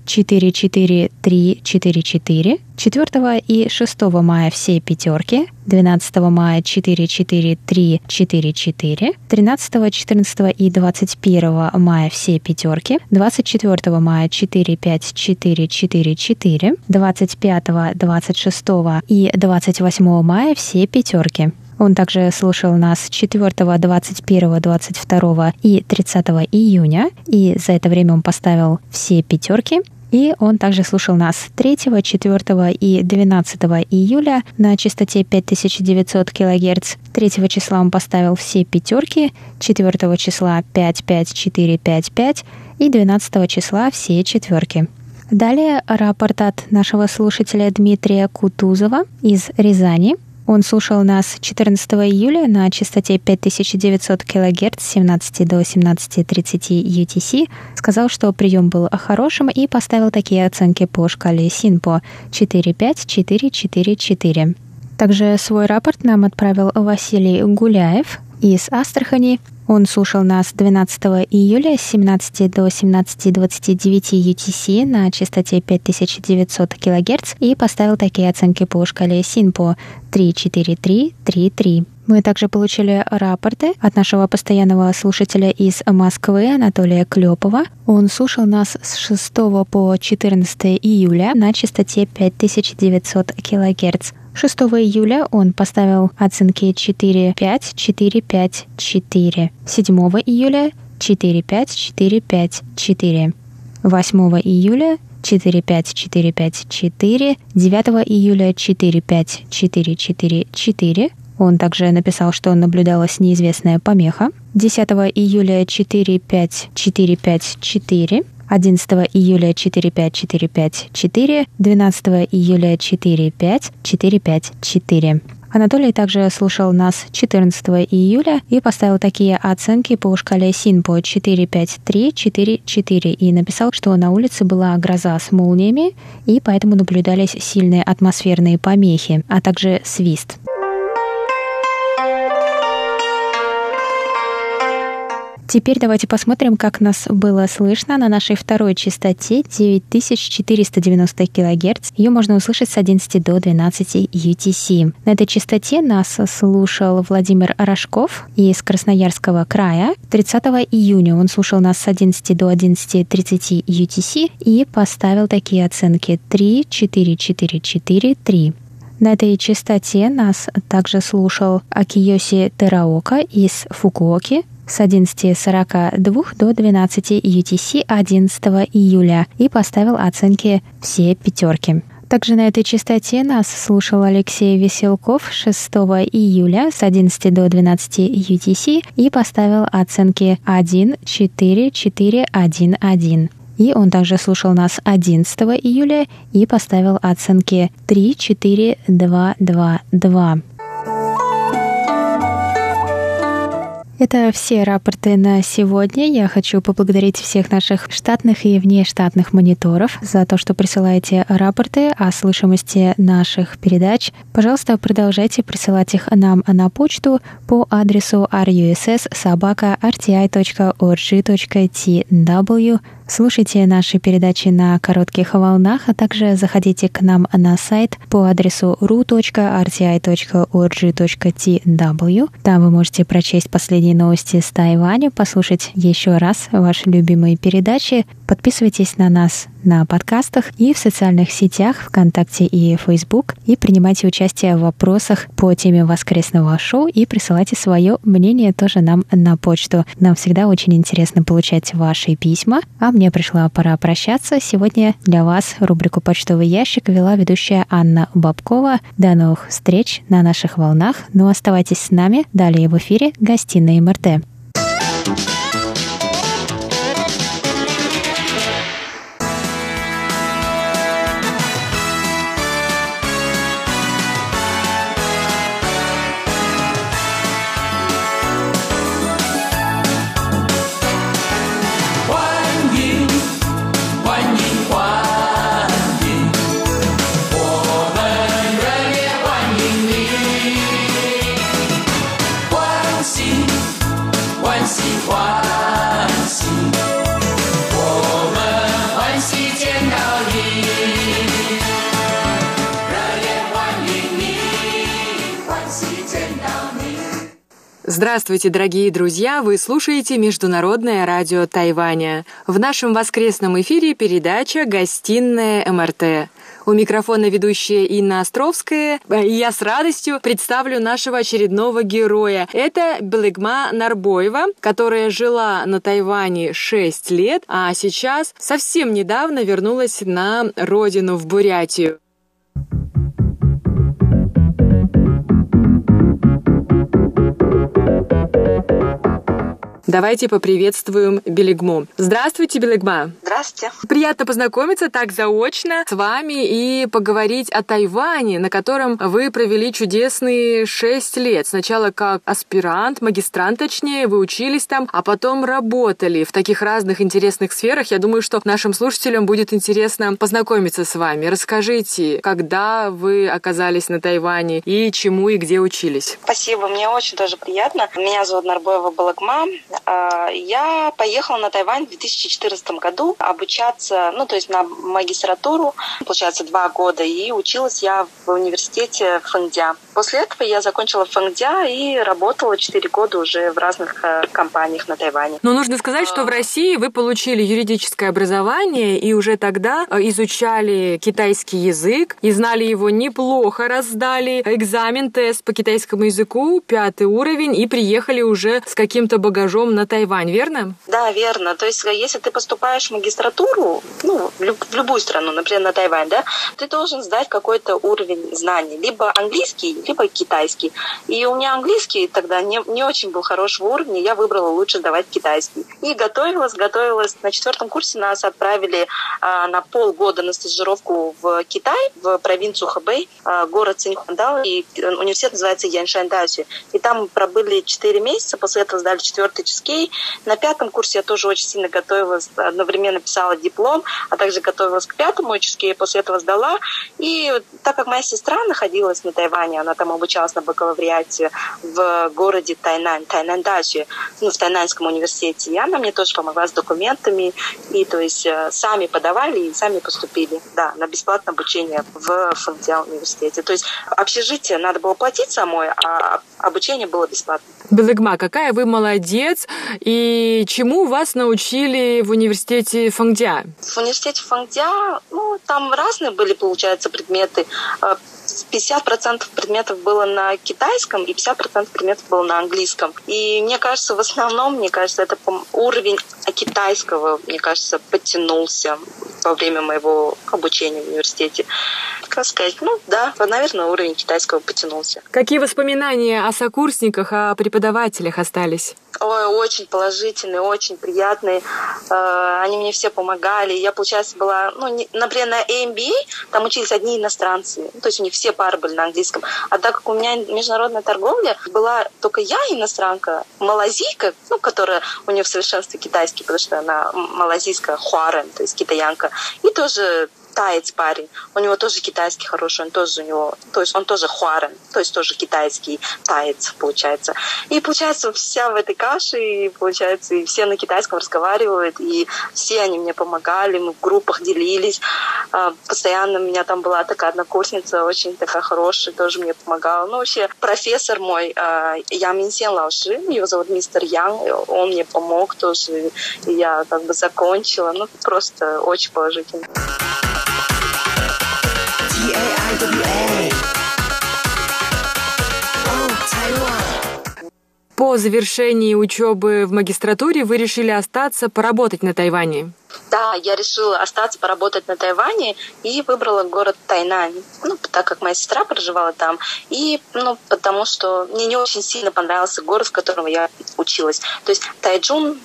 4-4-3-4-4. 4 и 6 мая все пятерки. 12 мая 4-4-3-4-4. 13, 14 и 21 мая все пятерки. 24 мая 4-5-4-4-4. 25, 26 и 28 мая все пятерки. Он также слушал нас 4, 21, 22 и 30 июня, и за это время он поставил все пятерки. И он также слушал нас 3, 4 и 12 июля на частоте 5900 кГц. 3 числа он поставил все пятерки, 4 числа 5, 5, 4, 5, 5 и 12 числа все четверки. Далее рапорт от нашего слушателя Дмитрия Кутузова из Рязани. Он слушал нас 14 июля на частоте 5900 кГц с 17 до 17:30 UTC, сказал, что прием был хорошим и поставил такие оценки по шкале SINPO 4-5-4-4-4. Также свой рапорт нам отправил Василий Гуляев из Астрахани. Он слушал нас 12 июля с 17 до 17:29 UTC на частоте 5900 кГц и поставил такие оценки по шкале SINPO 3-4-3-3-3. Мы также получили рапорты от нашего постоянного слушателя из Москвы Анатолия Клепова. Он слушал нас с 6 по 14 июля на частоте 5900 кГц. 6 июля он поставил оценки 4-5, 4-5, 4. 7 июля 4-5, 4-5, 4. 8 июля 4-5, 4-5, 4. 9 июля 4-5, 4-4, 4. Он также написал, что наблюдалась неизвестная помеха. 10 июля 4-5, 4-5, 4. 11 июля 4-5-4-5-4, 12 июля 4-5, 4-5, 4. Анатолий также слушал нас 14 июля и поставил такие оценки по шкале SINPO 4-5-3-4-4 и написал, что на улице была гроза с молниями и поэтому наблюдались сильные атмосферные помехи, а также свист. Теперь давайте посмотрим, как нас было слышно на нашей второй частоте 9490 кГц. Ее можно услышать с 11 до 12 UTC. На этой частоте нас слушал Владимир Рожков из Красноярского края. 30 июня он слушал нас с 11 до 11:30 UTC и поставил такие оценки 3, 4, 4, 4, 3. На этой частоте нас также слушал Акиёси Тераока из Фукуоки с 11:42 до 12 UTC 11 июля и поставил оценки все пятерки. Также на этой частоте нас слушал Алексей Веселков 6 июля с 11 до 12 UTC и поставил оценки 1, 4, 4, 1, 1. И он также слушал нас 11 июля и поставил оценки 3, 4, 2, 2, 2. Это все рапорты на сегодня. Я хочу поблагодарить всех наших штатных и внештатных мониторов за то, что присылаете рапорты о слышимости наших передач. Пожалуйста, продолжайте присылать их нам на почту по адресу russ@rti.org.tw. Слушайте наши передачи на коротких волнах, а также заходите к нам на сайт по адресу ru.rti.org.tw. Там вы можете прочесть последние новости с Тайваня, послушать еще раз ваши любимые передачи. Подписывайтесь на нас на подкастах и в социальных сетях ВКонтакте и Facebook и принимайте участие в вопросах по теме воскресного шоу и присылайте свое мнение тоже нам на почту. Нам всегда очень интересно получать ваши письма. А мне пришла пора прощаться. Сегодня для вас рубрику «Почтовый ящик» вела ведущая Анна Бабкова. До новых встреч на наших волнах. Но оставайтесь с нами. Далее в эфире «Гостиная МРТ». Здравствуйте, дорогие друзья! Вы слушаете Международное радио Тайваня. В нашем воскресном эфире передача «Гостиная МРТ». У микрофона ведущая Инна Островская, и я с радостью представлю нашего очередного героя. Это Белыгма Нарбоева, которая жила на Тайване 6 лет, а сейчас совсем недавно вернулась на родину, в Бурятию. Давайте поприветствуем Белыгму. Здравствуйте, Белыгма. Здравствуйте. Приятно познакомиться так заочно с вами и поговорить о Тайване, на котором вы провели чудесные 6 лет. Сначала как аспирант, магистрант точнее, вы учились там, а потом работали в таких разных интересных сферах. Я думаю, что нашим слушателям будет интересно познакомиться с вами. Расскажите, когда вы оказались на Тайване и чему и где учились? Спасибо, мне очень тоже приятно. Меня зовут Нарбоева Белыгма. Я поехала на Тайвань в 2014 году обучаться, то есть на магистратуру, получается, 2 года, и училась я в университете Фэнгдя. После этого я закончила Фэнгдя и работала 4 года уже в разных компаниях на Тайване. Но нужно сказать, что в России вы получили юридическое образование и уже тогда изучали китайский язык и знали его неплохо, сдали экзамен, тест по китайскому языку, 5 уровень, и приехали уже с каким-то багажом на Тайвань, верно? Да, верно. То есть, если ты поступаешь в магистратуру, в любую страну, например, на Тайвань, да, ты должен сдать какой-то уровень знаний, либо английский, либо китайский. И у меня английский тогда не очень был хорошего уровня, я выбрала лучше сдавать китайский. И готовилась. На 4 курсе нас отправили на полгода на стажировку в Китай, в провинцию Хэбэй, город Циньхуандао, и университет называется Яншань-Дачи. И там пробыли 4 месяца, после этого сдали 4-й ЧСК. На 5 курсе я тоже очень сильно готовилась, одновременно писала диплом, а также готовилась к 5-му ЧСК, после этого сдала. И так как моя сестра находилась на Тайване, она там обучалась на бакалавриате в городе Тайнань-Дачи, в Тайнаньском университете, и она мне тоже помогла с документами, и то есть сами подавали и сами поступили, да, на бесплатное обучение в Фэнгдя университете. То есть общежитие надо было платить самой, а обучение было бесплатно. Белыгма, какая вы молодец! И чему вас научили в университете Фэнгдя? В университете Фэнгдя, там разные были, получается, предметы. 50% предметов было на китайском и 50% предметов было на английском. И мне кажется, в основном, это уровень китайского, подтянулся во время моего обучения в университете. Как сказать, наверное, уровень китайского подтянулся. Какие воспоминания о сокурсниках, о преподавателях остались? Ой, очень положительные, очень приятные. Они мне все помогали. Я, получается, была, например, на AMBA, там учились одни иностранцы. То есть у них все пары были на английском. А так как у меня международная торговля, была только я иностранка, малазийка, которая у нее в совершенстве китайский, потому что она малазийская хуарен, то есть китаянка. И тоже таец парень. У него тоже китайский хороший, он тоже хуарен, то есть тоже китайский таец, получается. И получается, вся в этой каше, и получается, и все на китайском разговаривают, и все они мне помогали, мы в группах делились. Постоянно у меня там была такая однокурсница, очень такая хорошая, тоже мне помогала. Вообще, профессор мой, Ян Минсен Лаоши, его зовут мистер Ян, он мне помог тоже, и я закончила. Просто очень положительно. По завершении учебы в магистратуре вы решили остаться, поработать на Тайване. Да, я решила остаться, поработать на Тайване и выбрала город Тайнань. Так как моя сестра проживала там. И, потому что мне не очень сильно понравился город, в котором я училась. То есть Тайчжун,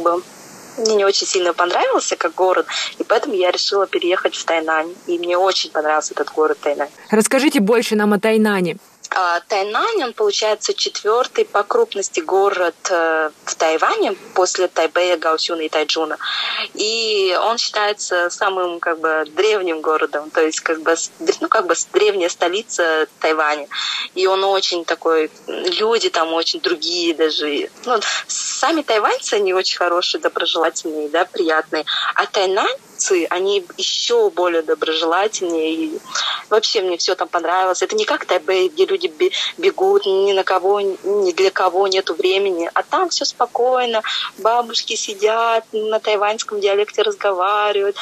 мне не очень сильно понравился как город, и поэтому я решила переехать в Тайнань. И мне очень понравился этот город Тайнань. Расскажите больше нам о Тайнане. Тайнань, он, получается, 4-й по крупности город в Тайване после Тайбэя, Гаосюна и Тайчжуна. И он считается самым древним городом, то есть древняя столица Тайваня. И он очень такой, люди там очень другие даже. Сами тайваньцы, они очень хорошие, доброжелательные, да, приятные. А тайнаньцы, они еще более доброжелательнее. И вообще мне все там понравилось. Это не как Тайбэй, где люди бегут, ни на кого, ни для кого нету времени. А там все спокойно. Бабушки сидят, на тайваньском диалекте разговаривают.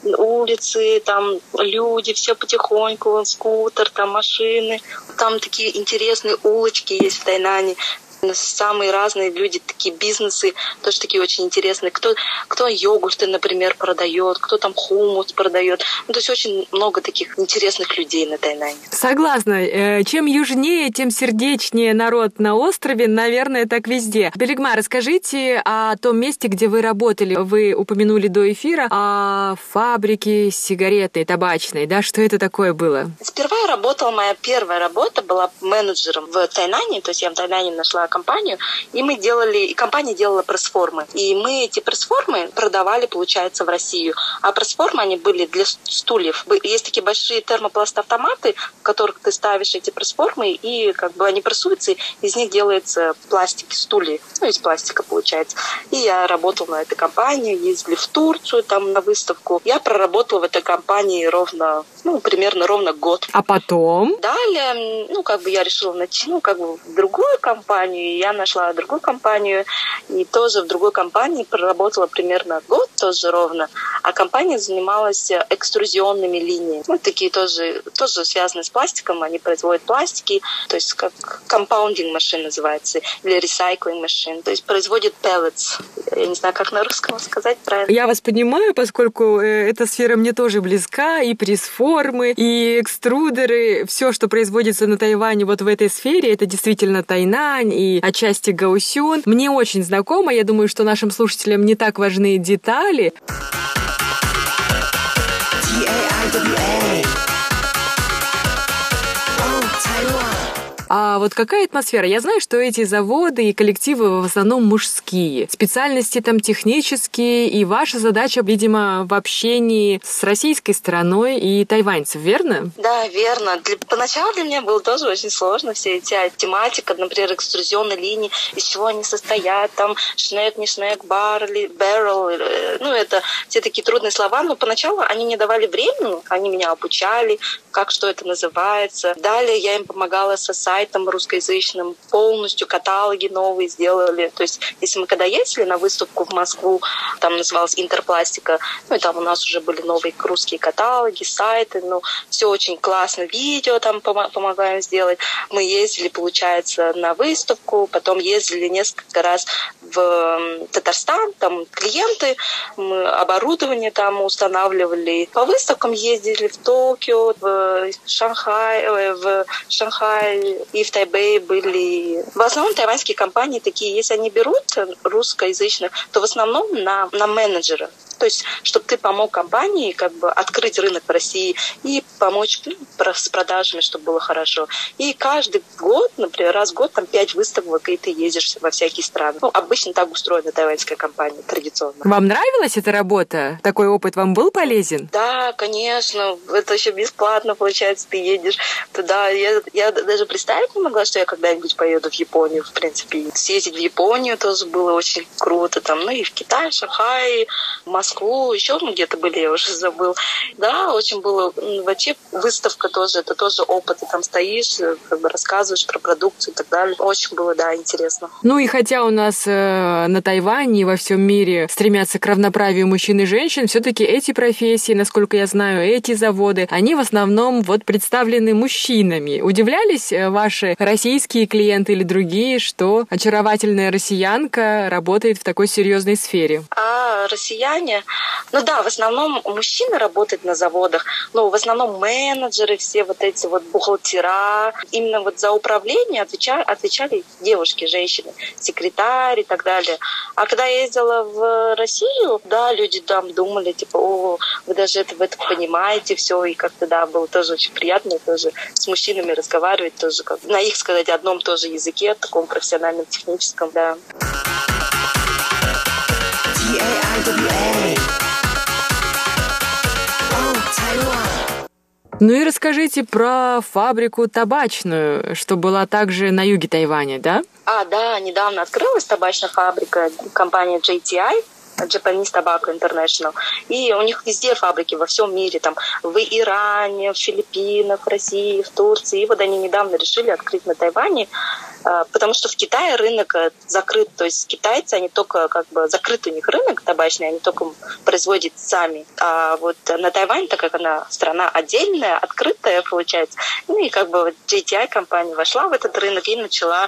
Улицы, там люди, все потихоньку, скутер, там машины. Там такие интересные улочки есть в Тайнане. Самые разные люди, такие бизнесы, тоже такие очень интересные. Кто йогурты, например, продает, кто там хумус продает. То есть очень много таких интересных людей на Тайнане. Согласна. Чем южнее, тем сердечнее народ на острове, наверное, так везде. Белигма, расскажите о том месте, где вы работали. Вы упомянули до эфира о фабрике сигаретной, табачной. Да, что это такое было? Сперва я работала, моя первая работа была менеджером в Тайнане, то есть я в Тайнане нашла компанию, и компания делала пресс-формы. И мы эти пресс-формы продавали, получается, в Россию. А пресс-формы, они были для стульев. Есть такие большие термопласт-автоматы, в которых ты ставишь эти пресс-формы, и они прессуются, и из них делается пластик, стулья. Из пластика, получается. И я работала на этой компании, ездили в Турцию, там, на выставку. Я проработала в этой компании примерно ровно год. А потом? Далее, я решила найти, в другую компанию. Я нашла другую компанию, и тоже в другой компании проработала примерно год, тоже ровно. А компания занималась экструзионными линиями. Такие тоже связаны с пластиком, они производят пластики, то есть как компаундинг машин называется, или recycling машин, то есть производят pellets. Я не знаю, как на русском сказать правильно. Я вас понимаю, поскольку эта сфера мне тоже близка, и пресс-формы, и экструдеры, все, что производится на Тайване в этой сфере, это действительно Тайнань и отчасти Гаосюн. Мне очень знакомо, я думаю, что нашим слушателям не так важны детали. А какая атмосфера? Я знаю, что эти заводы и коллективы в основном мужские. Специальности там технические, и ваша задача, видимо, в общении с российской стороной и тайваньцев, верно? Да, верно. Поначалу для меня было тоже очень сложно. Все эти тематика, например, экструзионные линии, из чего они состоят, там шнек, не шнек, баррел. Это все такие трудные слова, но поначалу они мне давали время, они меня обучали, что это называется. Далее я им помогала со сайтом русскоязычным, полностью каталоги новые сделали. То есть, если мы когда ездили на выставку в Москву, там называлась Интерпластика, и там у нас уже были новые русские каталоги, сайты, все очень классно, видео там помогаем сделать. Мы ездили, получается, на выставку, потом ездили несколько раз в Татарстан, там клиенты, мы оборудование там устанавливали. По выставкам ездили в Токио, в Шанхай и в Тайбэе были... В основном тайваньские компании такие, если они берут русскоязычных, то в основном на менеджера. То есть, чтобы ты помог компании как бы открыть рынок в России и помочь с продажами, чтобы было хорошо. И каждый год, например, раз в год, там 5 выставок, и ты ездишь во всякие страны. Обычно так устроена тайваньская компания, традиционно. Вам нравилась эта работа? Такой опыт вам был полезен? Да, конечно. Это еще бесплатно, получается, ты едешь туда. Я даже представить не могла, что я когда-нибудь поеду в Японию, в принципе. Съездить в Японию тоже было очень круто. Там, и в Китай, Шанхай, Москву, еще мы где-то были, я уже забыл. Да, очень было. Вообще выставка тоже, это тоже опыт. Ты там стоишь, как бы рассказываешь про продукцию и так далее. Очень было, да, интересно. Ну и хотя у нас на Тайване и во всем мире стремятся к равноправию мужчин и женщин, все-таки эти профессии, насколько я знаю, эти заводы, они в основном вот представлены мужчинами. Удивлялись ваши российские клиенты или другие, что очаровательная россиянка работает в такой серьезной сфере? Россияне? Ну да, в основном мужчины работают на заводах, но в основном менеджеры, все вот эти вот бухгалтера. Именно вот за управление отвечали девушки, женщины, секретарь и так далее. А когда я ездила в Россию, да, люди там думали, типа, вы даже вы это понимаете, все, и как-то, да, было тоже очень приятно тоже с мужчинами разговаривать, тоже как на их, сказать, одном тоже языке, таком профессиональном, техническом, да. Ну и расскажите про фабрику табачную, что была также на юге Тайваня, да? Да, недавно открылась табачная фабрика компании JTI, Japanese Tobacco International. И у них везде фабрики во всем мире, там в Иране, в Филиппинах, в России, в Турции. И вот они недавно решили открыть на Тайване, потому что в Китае рынок закрыт. То есть китайцы, они только как бы закрыт у них рынок табачный, они только производят сами. А вот на Тайване, так как она страна отдельная, открытая получается, ну и как бы вот JTI компания вошла в этот рынок и начала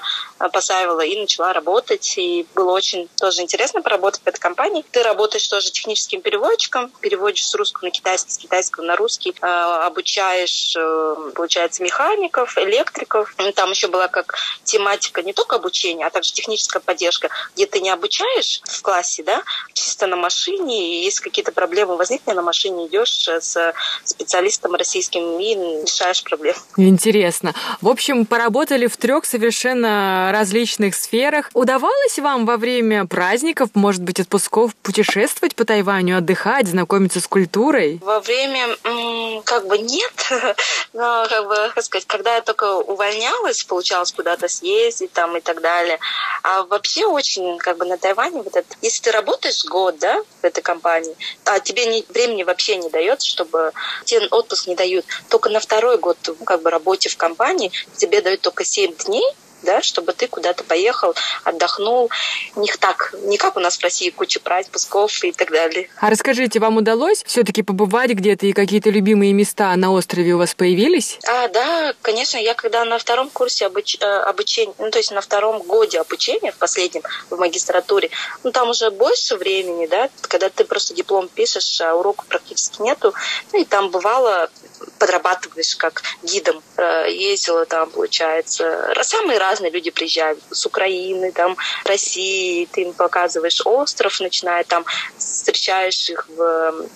работать. И было очень тоже интересно поработать в этой компании. Ты работаешь тоже техническим переводчиком, переводишь с русского на китайский, с китайского на русский, обучаешь, получается, механиков, электриков. Там еще была как тематика не только обучения, а также техническая поддержка, где ты не обучаешь в классе, да, чисто на машине, и если какие-то проблемы возникнут, на машине идешь с специалистом российским и решаешь проблемы. Интересно. В общем, поработали в 3 совершенно различных сферах. Удавалось вам во время праздников, может быть, отпусков, путешествовать по Тайваню, отдыхать, знакомиться с культурой? Во время, как бы нет, но, как бы, как сказать, когда я только увольнялась, получалось куда-то съездить там и так далее. А вообще очень, как бы, на Тайване вот это, если ты работаешь год, да, в этой компании, а тебе времени вообще не дается, чтобы тебе отпуск не дают. Только на 2-й год, как бы, работе в компании тебе дают только 7 дней, да, чтобы ты куда-то поехал, отдохнул. Не как у нас в России куча праздников и так далее. А расскажите, вам удалось все-таки побывать где-то и какие-то любимые места на острове у вас появились? Да, конечно. Я когда на 2-м курсе обучения, ну, то есть на 2-м годе обучения, в последнем, в магистратуре, ну, там уже больше времени, да, когда ты просто диплом пишешь, а уроков практически нету. Ну, и там бывало, подрабатываешь как гидом. Ездила там, получается. Самые разные люди приезжают с Украины, там, России. Ты им показываешь остров, начиная там, встречаешь их в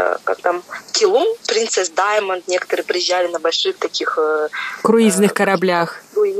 Килум, Принцесс Даймонд. Некоторые приезжали на больших таких... круизных кораблях.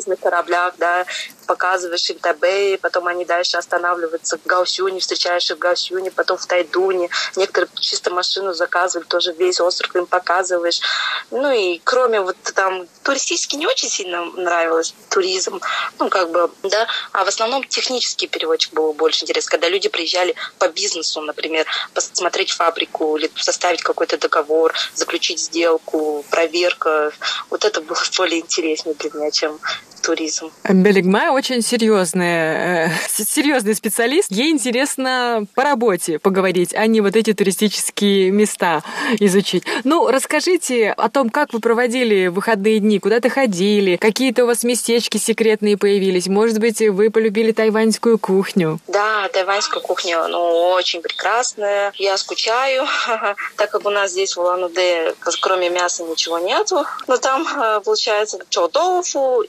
Да. Показываешь им Тайбэи, потом они дальше останавливаются в Гаосюне, встречаешь их в Гаосюне, потом в Тайдуне. Некоторые чисто машину заказывали, тоже весь остров им показываешь. Ну и кроме вот там туристически не очень сильно нравилось туризм, ну как бы, да, а в основном технический переводчик был больше интересен, когда люди приезжали по бизнесу, например, посмотреть фабрику или составить какой-то договор, заключить сделку, проверка. Вот это было более интереснее для меня, чем туризм. Белигмай очень серьезный специалист. Ей интересно по работе поговорить, а не вот эти туристические места изучить. Ну, расскажите о том, как вы проводили выходные дни, куда-то ходили, какие-то у вас местечки секретные появились. Может быть, вы полюбили тайваньскую кухню? Да, тайваньская кухня, очень прекрасная. Я скучаю, так как у нас здесь в Улан-Удэ, кроме мяса, ничего нету. Но там, получается, чоу-тофу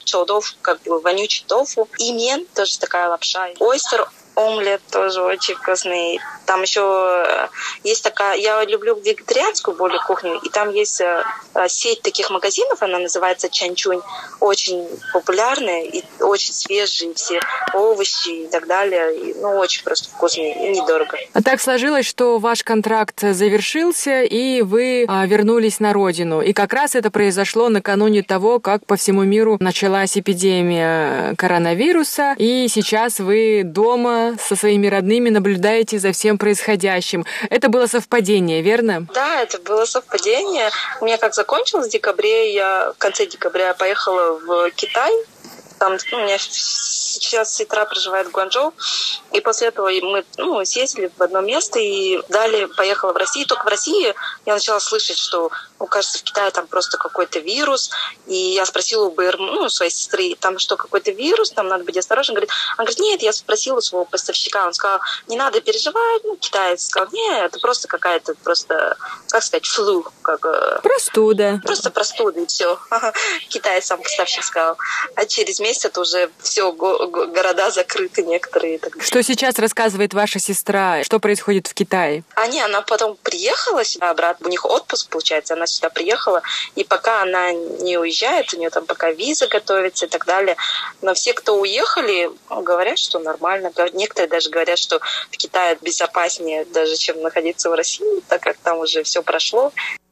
как бы вонючий тофу. Имен тоже такая лапша. Ойстер омлет тоже очень вкусный. Там еще есть такая... Я люблю вегетарианскую более кухню, и там есть сеть таких магазинов, она называется Чанчунь, очень популярная и очень свежие все овощи и так далее. И, очень просто вкусные и недорого. А так сложилось, что ваш контракт завершился, и вы вернулись на родину. И как раз это произошло накануне того, как по всему миру началась эпидемия коронавируса, и сейчас вы дома со своими родными наблюдаете за всем происходящим. Это было совпадение, верно? Да, это было совпадение. У меня как закончилось в декабре, в конце декабря поехала в Китай. Там у меня сейчас сестра проживает в Гуанчжоу. И после этого мы съездили в одно место и далее поехала в Россию. Только в России я начала слышать, что, кажется, в Китае там просто какой-то вирус. И я спросила у БР, своей сестры, там что, какой-то вирус, там надо быть осторожным. Она говорит, нет, я спросила у своего поставщика. Он сказал, не надо переживать. Китаец сказал, нет, это просто какая-то, как сказать, флу. Простуда. Просто простуда, и все. Китаец сам поставщик сказал. А через месяц это уже все, города закрыты некоторые. Что сейчас рассказывает ваша сестра? Что происходит в Китае? Она потом приехала сюда обратно. У них отпуск, получается. Она сюда приехала. И пока она не уезжает, у нее там пока виза готовится и так далее. Но все, кто уехали, говорят, что нормально. Некоторые даже говорят, что в Китае безопаснее даже, чем находиться в России, так как там уже все прошло.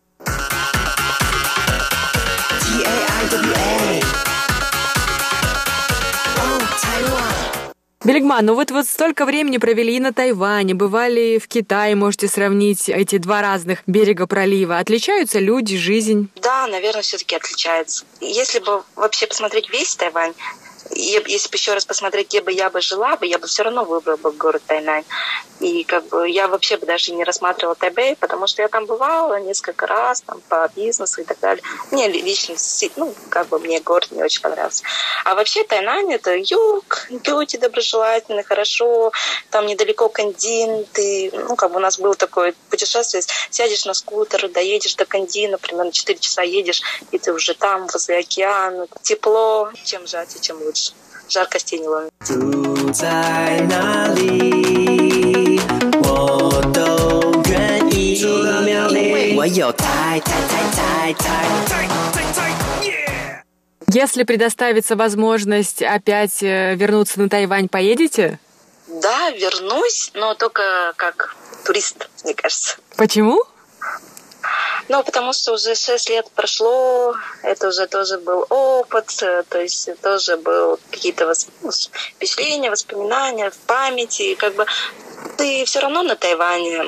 Билигма, вы столько времени провели и на Тайване, бывали в Китае, можете сравнить эти два разных берега пролива. Отличаются люди, жизнь? Да, наверное, все-таки отличаются. Если бы вообще посмотреть весь Тайвань, если бы еще раз посмотреть, где бы я жила, я бы все равно выбрала бы город Тайнань. И я вообще бы даже не рассматривала Тайбэй, потому что я там бывала несколько раз там, по бизнесу и так далее. Мне лично, мне город не очень понравился. А вообще Тайнань — это юг, люди доброжелательные, хорошо, там недалеко Кандин. У нас было такое путешествие, сядешь на скутер, доедешь до Кандина, примерно 4 часа едешь, и ты уже там, возле океана. Тепло, чем жарче, чем лучше. Жаркости не ловит. Если предоставится возможность опять вернуться на Тайвань, поедете? Да, вернусь, но только как турист, мне кажется. Почему? Потому что уже 6 лет прошло, это уже тоже был опыт, то есть тоже был какие-то впечатления, воспоминания в памяти, ты все равно на Тайване,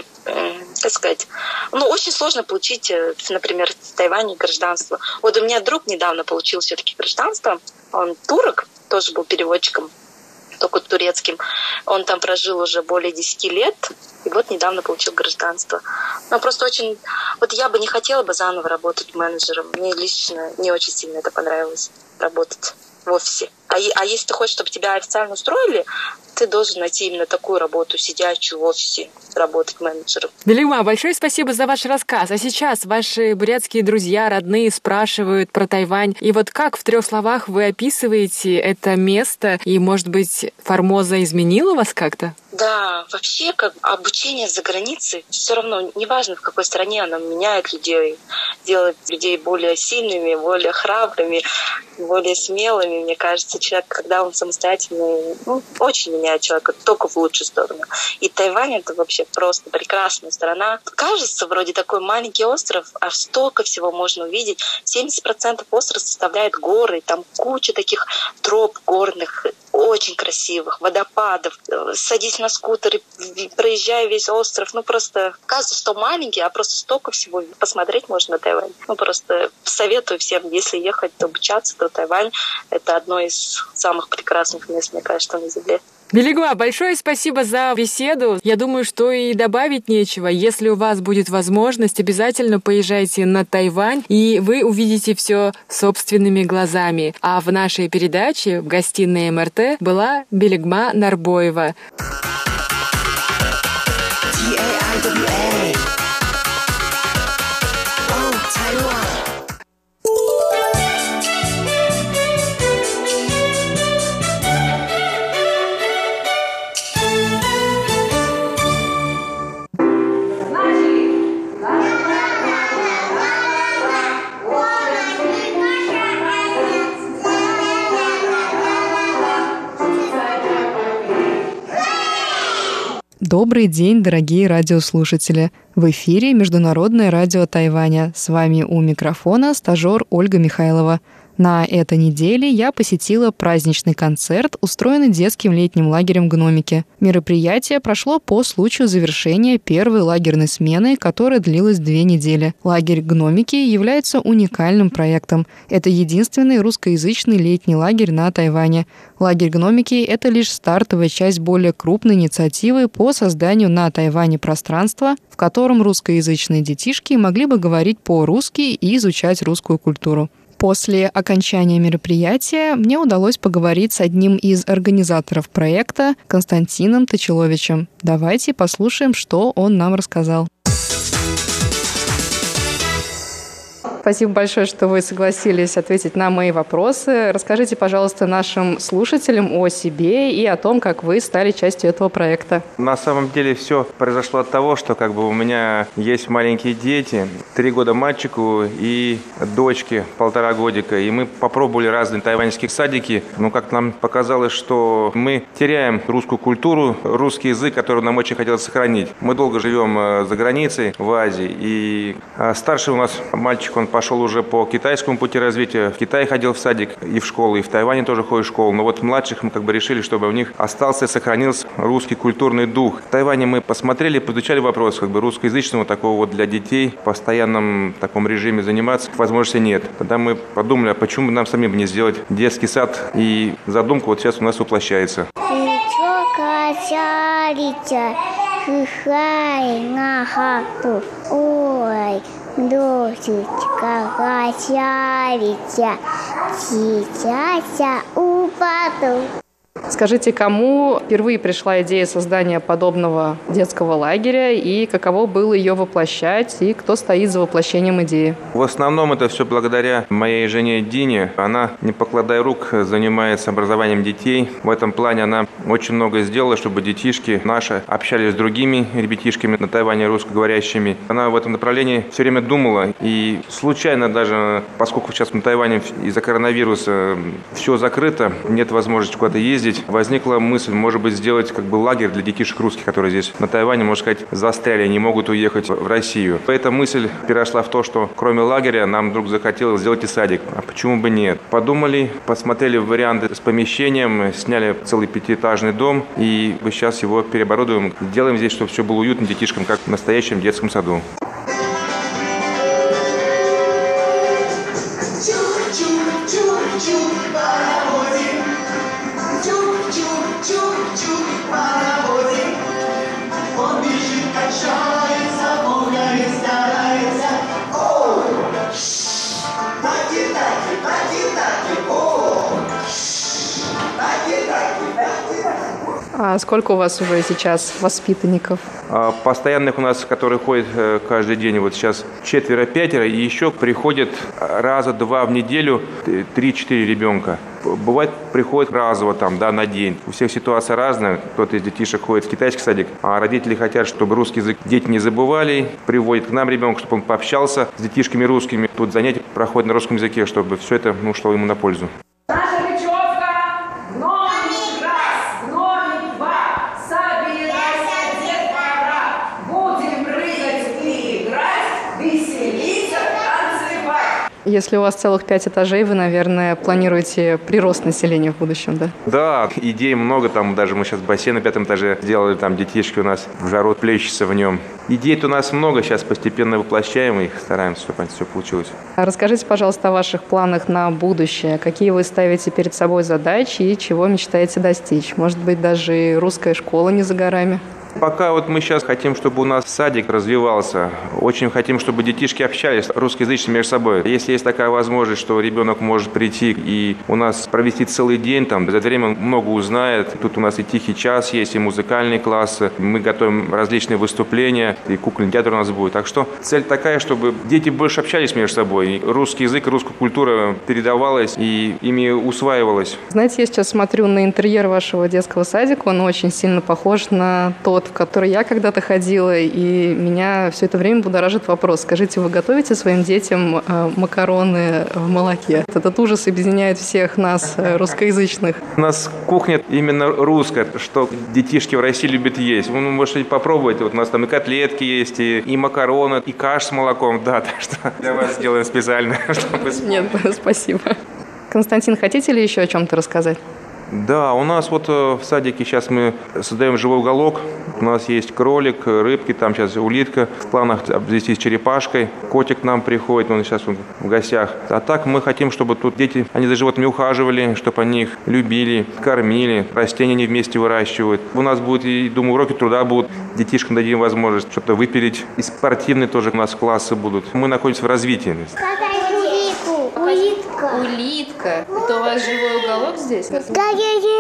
очень сложно получить, например, в Тайване гражданство. У меня друг недавно получил все-таки гражданство, он турок, тоже был переводчиком, только турецким. Он там прожил уже более 10 лет, и недавно получил гражданство. Но просто очень... я бы не хотела бы заново работать менеджером. Мне лично не очень сильно это понравилось, работать в офисе. А если ты хочешь, чтобы тебя официально устроили, ты должен найти именно такую работу, сидячую в офисе, работать менеджером. Билигма, большое спасибо за ваш рассказ. А сейчас ваши бурятские друзья, родные спрашивают про Тайвань. И как в 3 словах вы описываете это место? И, может быть, Формоза изменила вас как-то? Да, вообще, обучение за границей, все равно, неважно, в какой стране, оно меняет людей, делает людей более сильными, более храбрыми, более смелыми. Мне кажется, человек, когда он самостоятельный, очень меняет человека только в лучшую сторону. И Тайвань — это вообще просто прекрасная страна. Кажется, вроде такой маленький остров, а столько всего можно увидеть. 70% острова составляет горы, там куча таких троп горных, очень красивых, водопадов. Садись на скутер и проезжай весь остров. Просто кажется, что маленький, а просто столько всего посмотреть можно на Тайвань. Просто советую всем, если ехать обучаться, то Тайвань — это одно из самых прекрасных мест, мне кажется, на Земле. Билигма, большое спасибо за беседу. Я думаю, что и добавить нечего. Если у вас будет возможность, обязательно поезжайте на Тайвань, и вы увидите все собственными глазами. А в нашей передаче в гостиной МРТ была Билигма Нарбоева. Добрый день, дорогие радиослушатели! В эфире Международное радио Тайваня. С вами у микрофона стажер Ольга Михайлова. На этой неделе я посетила праздничный концерт, устроенный детским летним лагерем «Гномики». Мероприятие прошло по случаю завершения первой лагерной смены, которая длилась 2 недели. Лагерь «Гномики» является уникальным проектом. Это единственный русскоязычный летний лагерь на Тайване. Лагерь «Гномики» — это лишь стартовая часть более крупной инициативы по созданию на Тайване пространства, в котором русскоязычные детишки могли бы говорить по-русски и изучать русскую культуру. После окончания мероприятия мне удалось поговорить с одним из организаторов проекта Константином Точиловичем. Давайте послушаем, что он нам рассказал. Спасибо большое, что вы согласились ответить на мои вопросы. Расскажите, пожалуйста, нашим слушателям о себе и о том, как вы стали частью этого проекта. На самом деле все произошло от того, что у меня есть маленькие дети, 3 года мальчику и дочке 1,5 годика. И мы попробовали разные тайваньские садики, но как нам показалось, что мы теряем русскую культуру, русский язык, который нам очень хотелось сохранить. Мы долго живем за границей, в Азии, и старший у нас мальчик, он пошел уже по китайскому пути развития. В Китае ходил в садик и в школу, и в Тайване тоже ходит в школу. Но вот младших мы решили, чтобы у них остался и сохранился русский культурный дух. В Тайване мы посмотрели, подучали вопрос, русскоязычного такого для детей в постоянном таком режиме заниматься возможности нет. Тогда мы подумали, а почему бы нам самим не сделать детский сад? И задумка сейчас у нас воплощается. Скажите, кому впервые пришла идея создания подобного детского лагеря и каково было ее воплощать, и кто стоит за воплощением идеи? В основном это все благодаря моей жене Дине. Она, не покладая рук, занимается образованием детей. В этом плане она очень много сделала, чтобы детишки наши общались с другими ребятишками на Тайване русскоговорящими. Она в этом направлении все время думала. И случайно даже, поскольку сейчас на Тайване из-за коронавируса все закрыто, нет возможности куда-то ездить, возникла мысль, может быть, сделать лагерь для детишек русских, которые здесь на Тайване, можно сказать, застряли, не могут уехать в Россию. Эта мысль перешла в то, что кроме лагеря нам вдруг захотелось сделать и садик. А почему бы нет? Подумали, посмотрели варианты с помещением, сняли целый 5-этажный дом и сейчас его переоборудуем. Делаем здесь, чтобы все было уютно детишкам, как в настоящем детском саду. А сколько у вас уже сейчас воспитанников? Постоянных у нас, которые ходят каждый день, вот сейчас 4-5, и еще приходят раза 2 в неделю 3-4 ребенка. Бывает, приходят разово на день. У всех ситуация разная. Кто-то из детишек ходит в китайский садик, а родители хотят, чтобы русский язык дети не забывали. Приводят к нам ребенка, чтобы он пообщался с детишками русскими. Тут занятия проходят на русском языке, чтобы все это шло ему на пользу. Если у вас целых 5 этажей, вы, наверное, планируете прирост населения в будущем, да? Да, идей много. Даже мы сейчас бассейн на 5 этаже сделали, детишки у нас в жару плещутся в нем. Идей-то у нас много, сейчас постепенно воплощаем их, стараемся, чтобы все получилось. Расскажите, пожалуйста, о ваших планах на будущее. Какие вы ставите перед собой задачи и чего мечтаете достичь? Может быть, даже русская школа не за горами? Пока мы сейчас хотим, чтобы у нас садик развивался. Очень хотим, чтобы детишки общались русскоязычными между собой. Если есть такая возможность, что ребенок может прийти и у нас провести целый день, за это время он много узнает. Тут у нас и тихий час есть, и музыкальные классы. Мы готовим различные выступления, и кукольный театр у нас будет. Так что цель такая, чтобы дети больше общались между собой. И русский язык, русская культура передавалась и ими усваивалась. Знаете, я сейчас смотрю на интерьер вашего детского садика. Он очень сильно похож на тот, в который я когда-то ходила, и меня все это время будоражит вопрос. Скажите, вы готовите своим детям макароны в молоке? Этот ужас объединяет всех нас, русскоязычных. У нас кухня именно русская, что детишки в России любят есть. Вы можете попробовать. Вот у нас там и котлетки есть, и макароны, и каш с молоком. Да, так что для вас сделаем специально. Нет, спасибо. Константин, хотите ли еще о чем-то рассказать? Да, у нас вот в садике сейчас мы создаем живой уголок. У нас есть кролик, рыбки, там сейчас улитка. В планах обзавестись черепашкой. Котик к нам приходит, он сейчас в гостях. А так мы хотим, чтобы тут дети, они за животными ухаживали, чтобы они их любили, кормили. Растения они вместе выращивают. У нас будет, и думаю, уроки труда будут. Детишкам дадим возможность что-то выпилить. И спортивные тоже у нас классы будут. Мы находимся в развитии. Улитка. Это у вас живой уголок здесь? Да,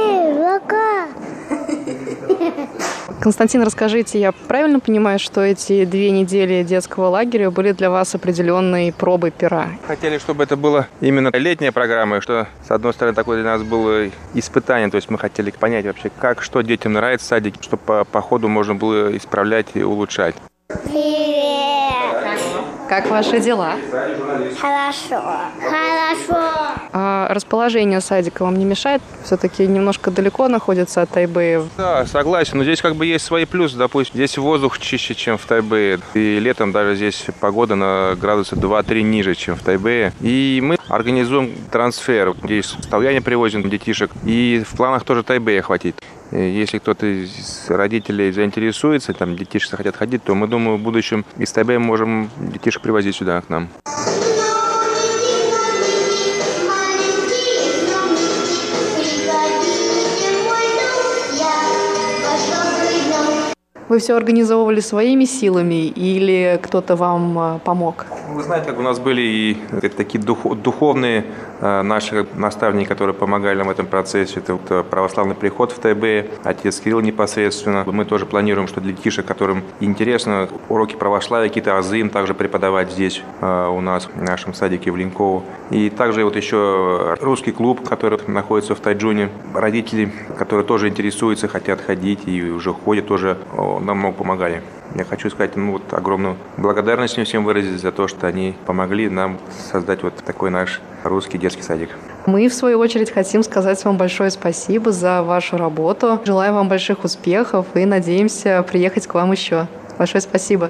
Константин, расскажите, я правильно понимаю, что эти 2 недели детского лагеря были для вас определенной пробой пера? Хотели, чтобы это была именно летняя программа, что, с одной стороны, такое для нас было испытание, то есть мы хотели понять вообще, как, что детям нравится в садике, чтобы по ходу можно было исправлять и улучшать. Привет! Как ваши дела? Хорошо. А расположение садика вам не мешает? Все-таки немножко далеко находится от Тайбэя. Да, согласен, но здесь как бы есть свои плюсы. Допустим, здесь воздух чище, чем в Тайбэе. И летом даже здесь погода на градуса 2-3 ниже, чем в Тайбэе. И мы организуем трансфер. Здесь состояние привозим детишек. И в планах тоже Тайбэя хватит. Если кто-то из родителей заинтересуется, там детишки хотят ходить, то мы, думаю, в будущем из Тайбэя можем детишек привозить сюда к нам. Вы все организовывали своими силами или кто-то вам помог? Вы знаете, как у нас были и такие духовные наши наставники, которые помогали нам в этом процессе. Это православный приход в Тайбэе, отец Кирилл непосредственно. Мы тоже планируем, что для детишек, которым интересно, уроки православия, какие-то азы им также преподавать здесь у нас, в нашем садике в Линьково. И также вот еще русский клуб, который находится в Тайджуне. Родители, которые тоже интересуются, хотят ходить и уже ходят, тоже нам много помогали. Я хочу сказать огромную благодарность всем выразить за то, что они помогли нам создать вот такой наш русский детский садик. Мы, в свою очередь, хотим сказать вам большое спасибо за вашу работу. Желаем вам больших успехов и надеемся приехать к вам еще. Большое спасибо.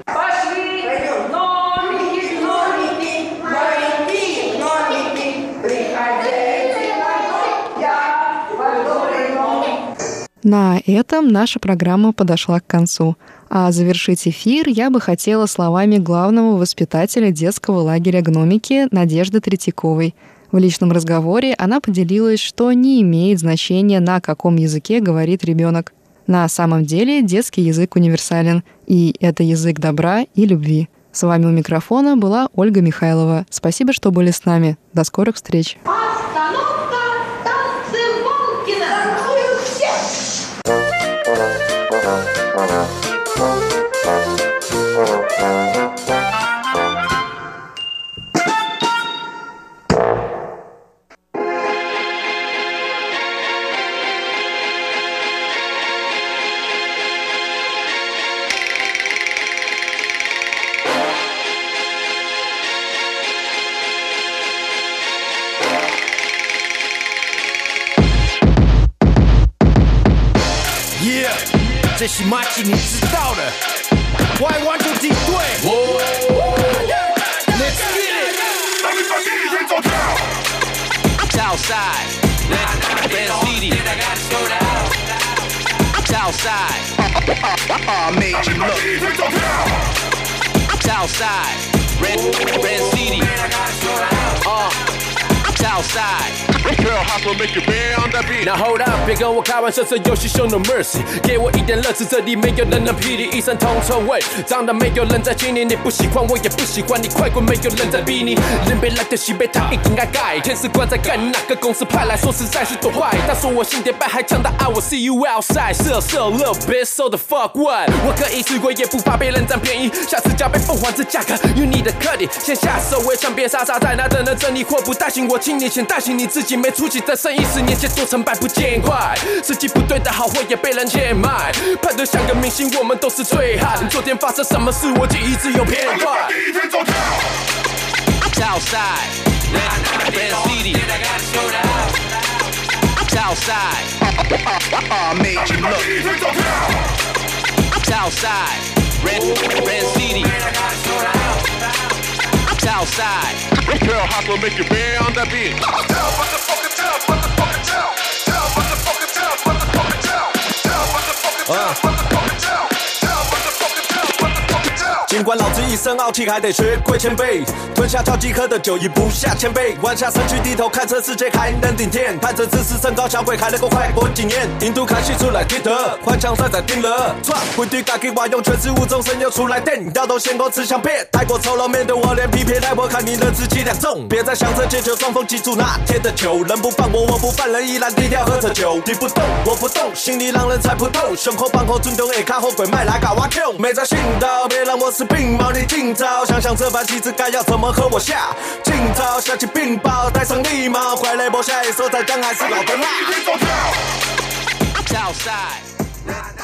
На этом наша программа подошла к концу. А завершить эфир я бы хотела словами главного воспитателя детского лагеря «Гномики» Надежды Третьяковой. В личном разговоре она поделилась, что не имеет значения, на каком языке говорит ребенок. На самом деле детский язык универсален, и это язык добра и любви. С вами у микрофона была Ольга Михайлова. Спасибо, что были с нами. До скорых встреч. 这是马吉，你知道的。Y one two three， 对。Let's get it。Southside， Red City。Southside。I made you look。Southside， Red City。Southside。Girl hustle make you bend on the beat。Now hold up， 别跟我开玩笑，这游戏 show no mercy， 给我一点乐子，这里没有人能霹雳一声同臭味，长得没有人在亲你，你不喜欢我也不喜欢你，快滚，没有人在逼你，人别来的西北他一定该改，天使官在干，哪个公司派来，说实在是多坏，他说我心点败，还强大爱我 see you outside， 色 little bitch so the fuck what， 我可以吃亏也不怕被人占便宜，下次加倍奉还这价格 you need a cut it， 先下手为强，别傻傻在那等着你祸不带行，我请你先带行你自己。 没出息的生意10年前做成败不见快，时机不对的好货也被人贱卖，派对像个明星，我们都是醉汉。昨天发生什么事，我记忆只有片段。Southside, Red City, Southside, I made you look. Southside, Red City, Southside. Tell Hopper make you bang on that beat. Tell motherfucker, tell motherfucker, tell. Tell motherfucker, tell motherfucker, tell. Tell motherfucker, tell motherfucker, tell. 尽管老子一身傲气，还得学会谦卑。吞下超级喝的酒，已不下千杯。弯下身躯低头看这世界，还能顶天。盼着自视身高小鬼，还能够快活几年。印度看戏出来听得，换枪帅仔定了。串回对家己外用，全是无中生有出来电。要动先攻吃香片，太过丑陋，面对我脸皮撇。来我看你认知几两重，别再想着借酒双峰，记住那天的酒。人不犯我，我不犯人，依然低调喝着酒。你不动，我不动，心里让人猜不透。胸口放口尊重，下卡后鬼卖来搞我痛。没在信道，别让我是病猫，你今早想想这盘棋子该要怎么和我下。今早下起冰雹，带上礼貌，快来搏下一手，再讲还是老的辣。Southside.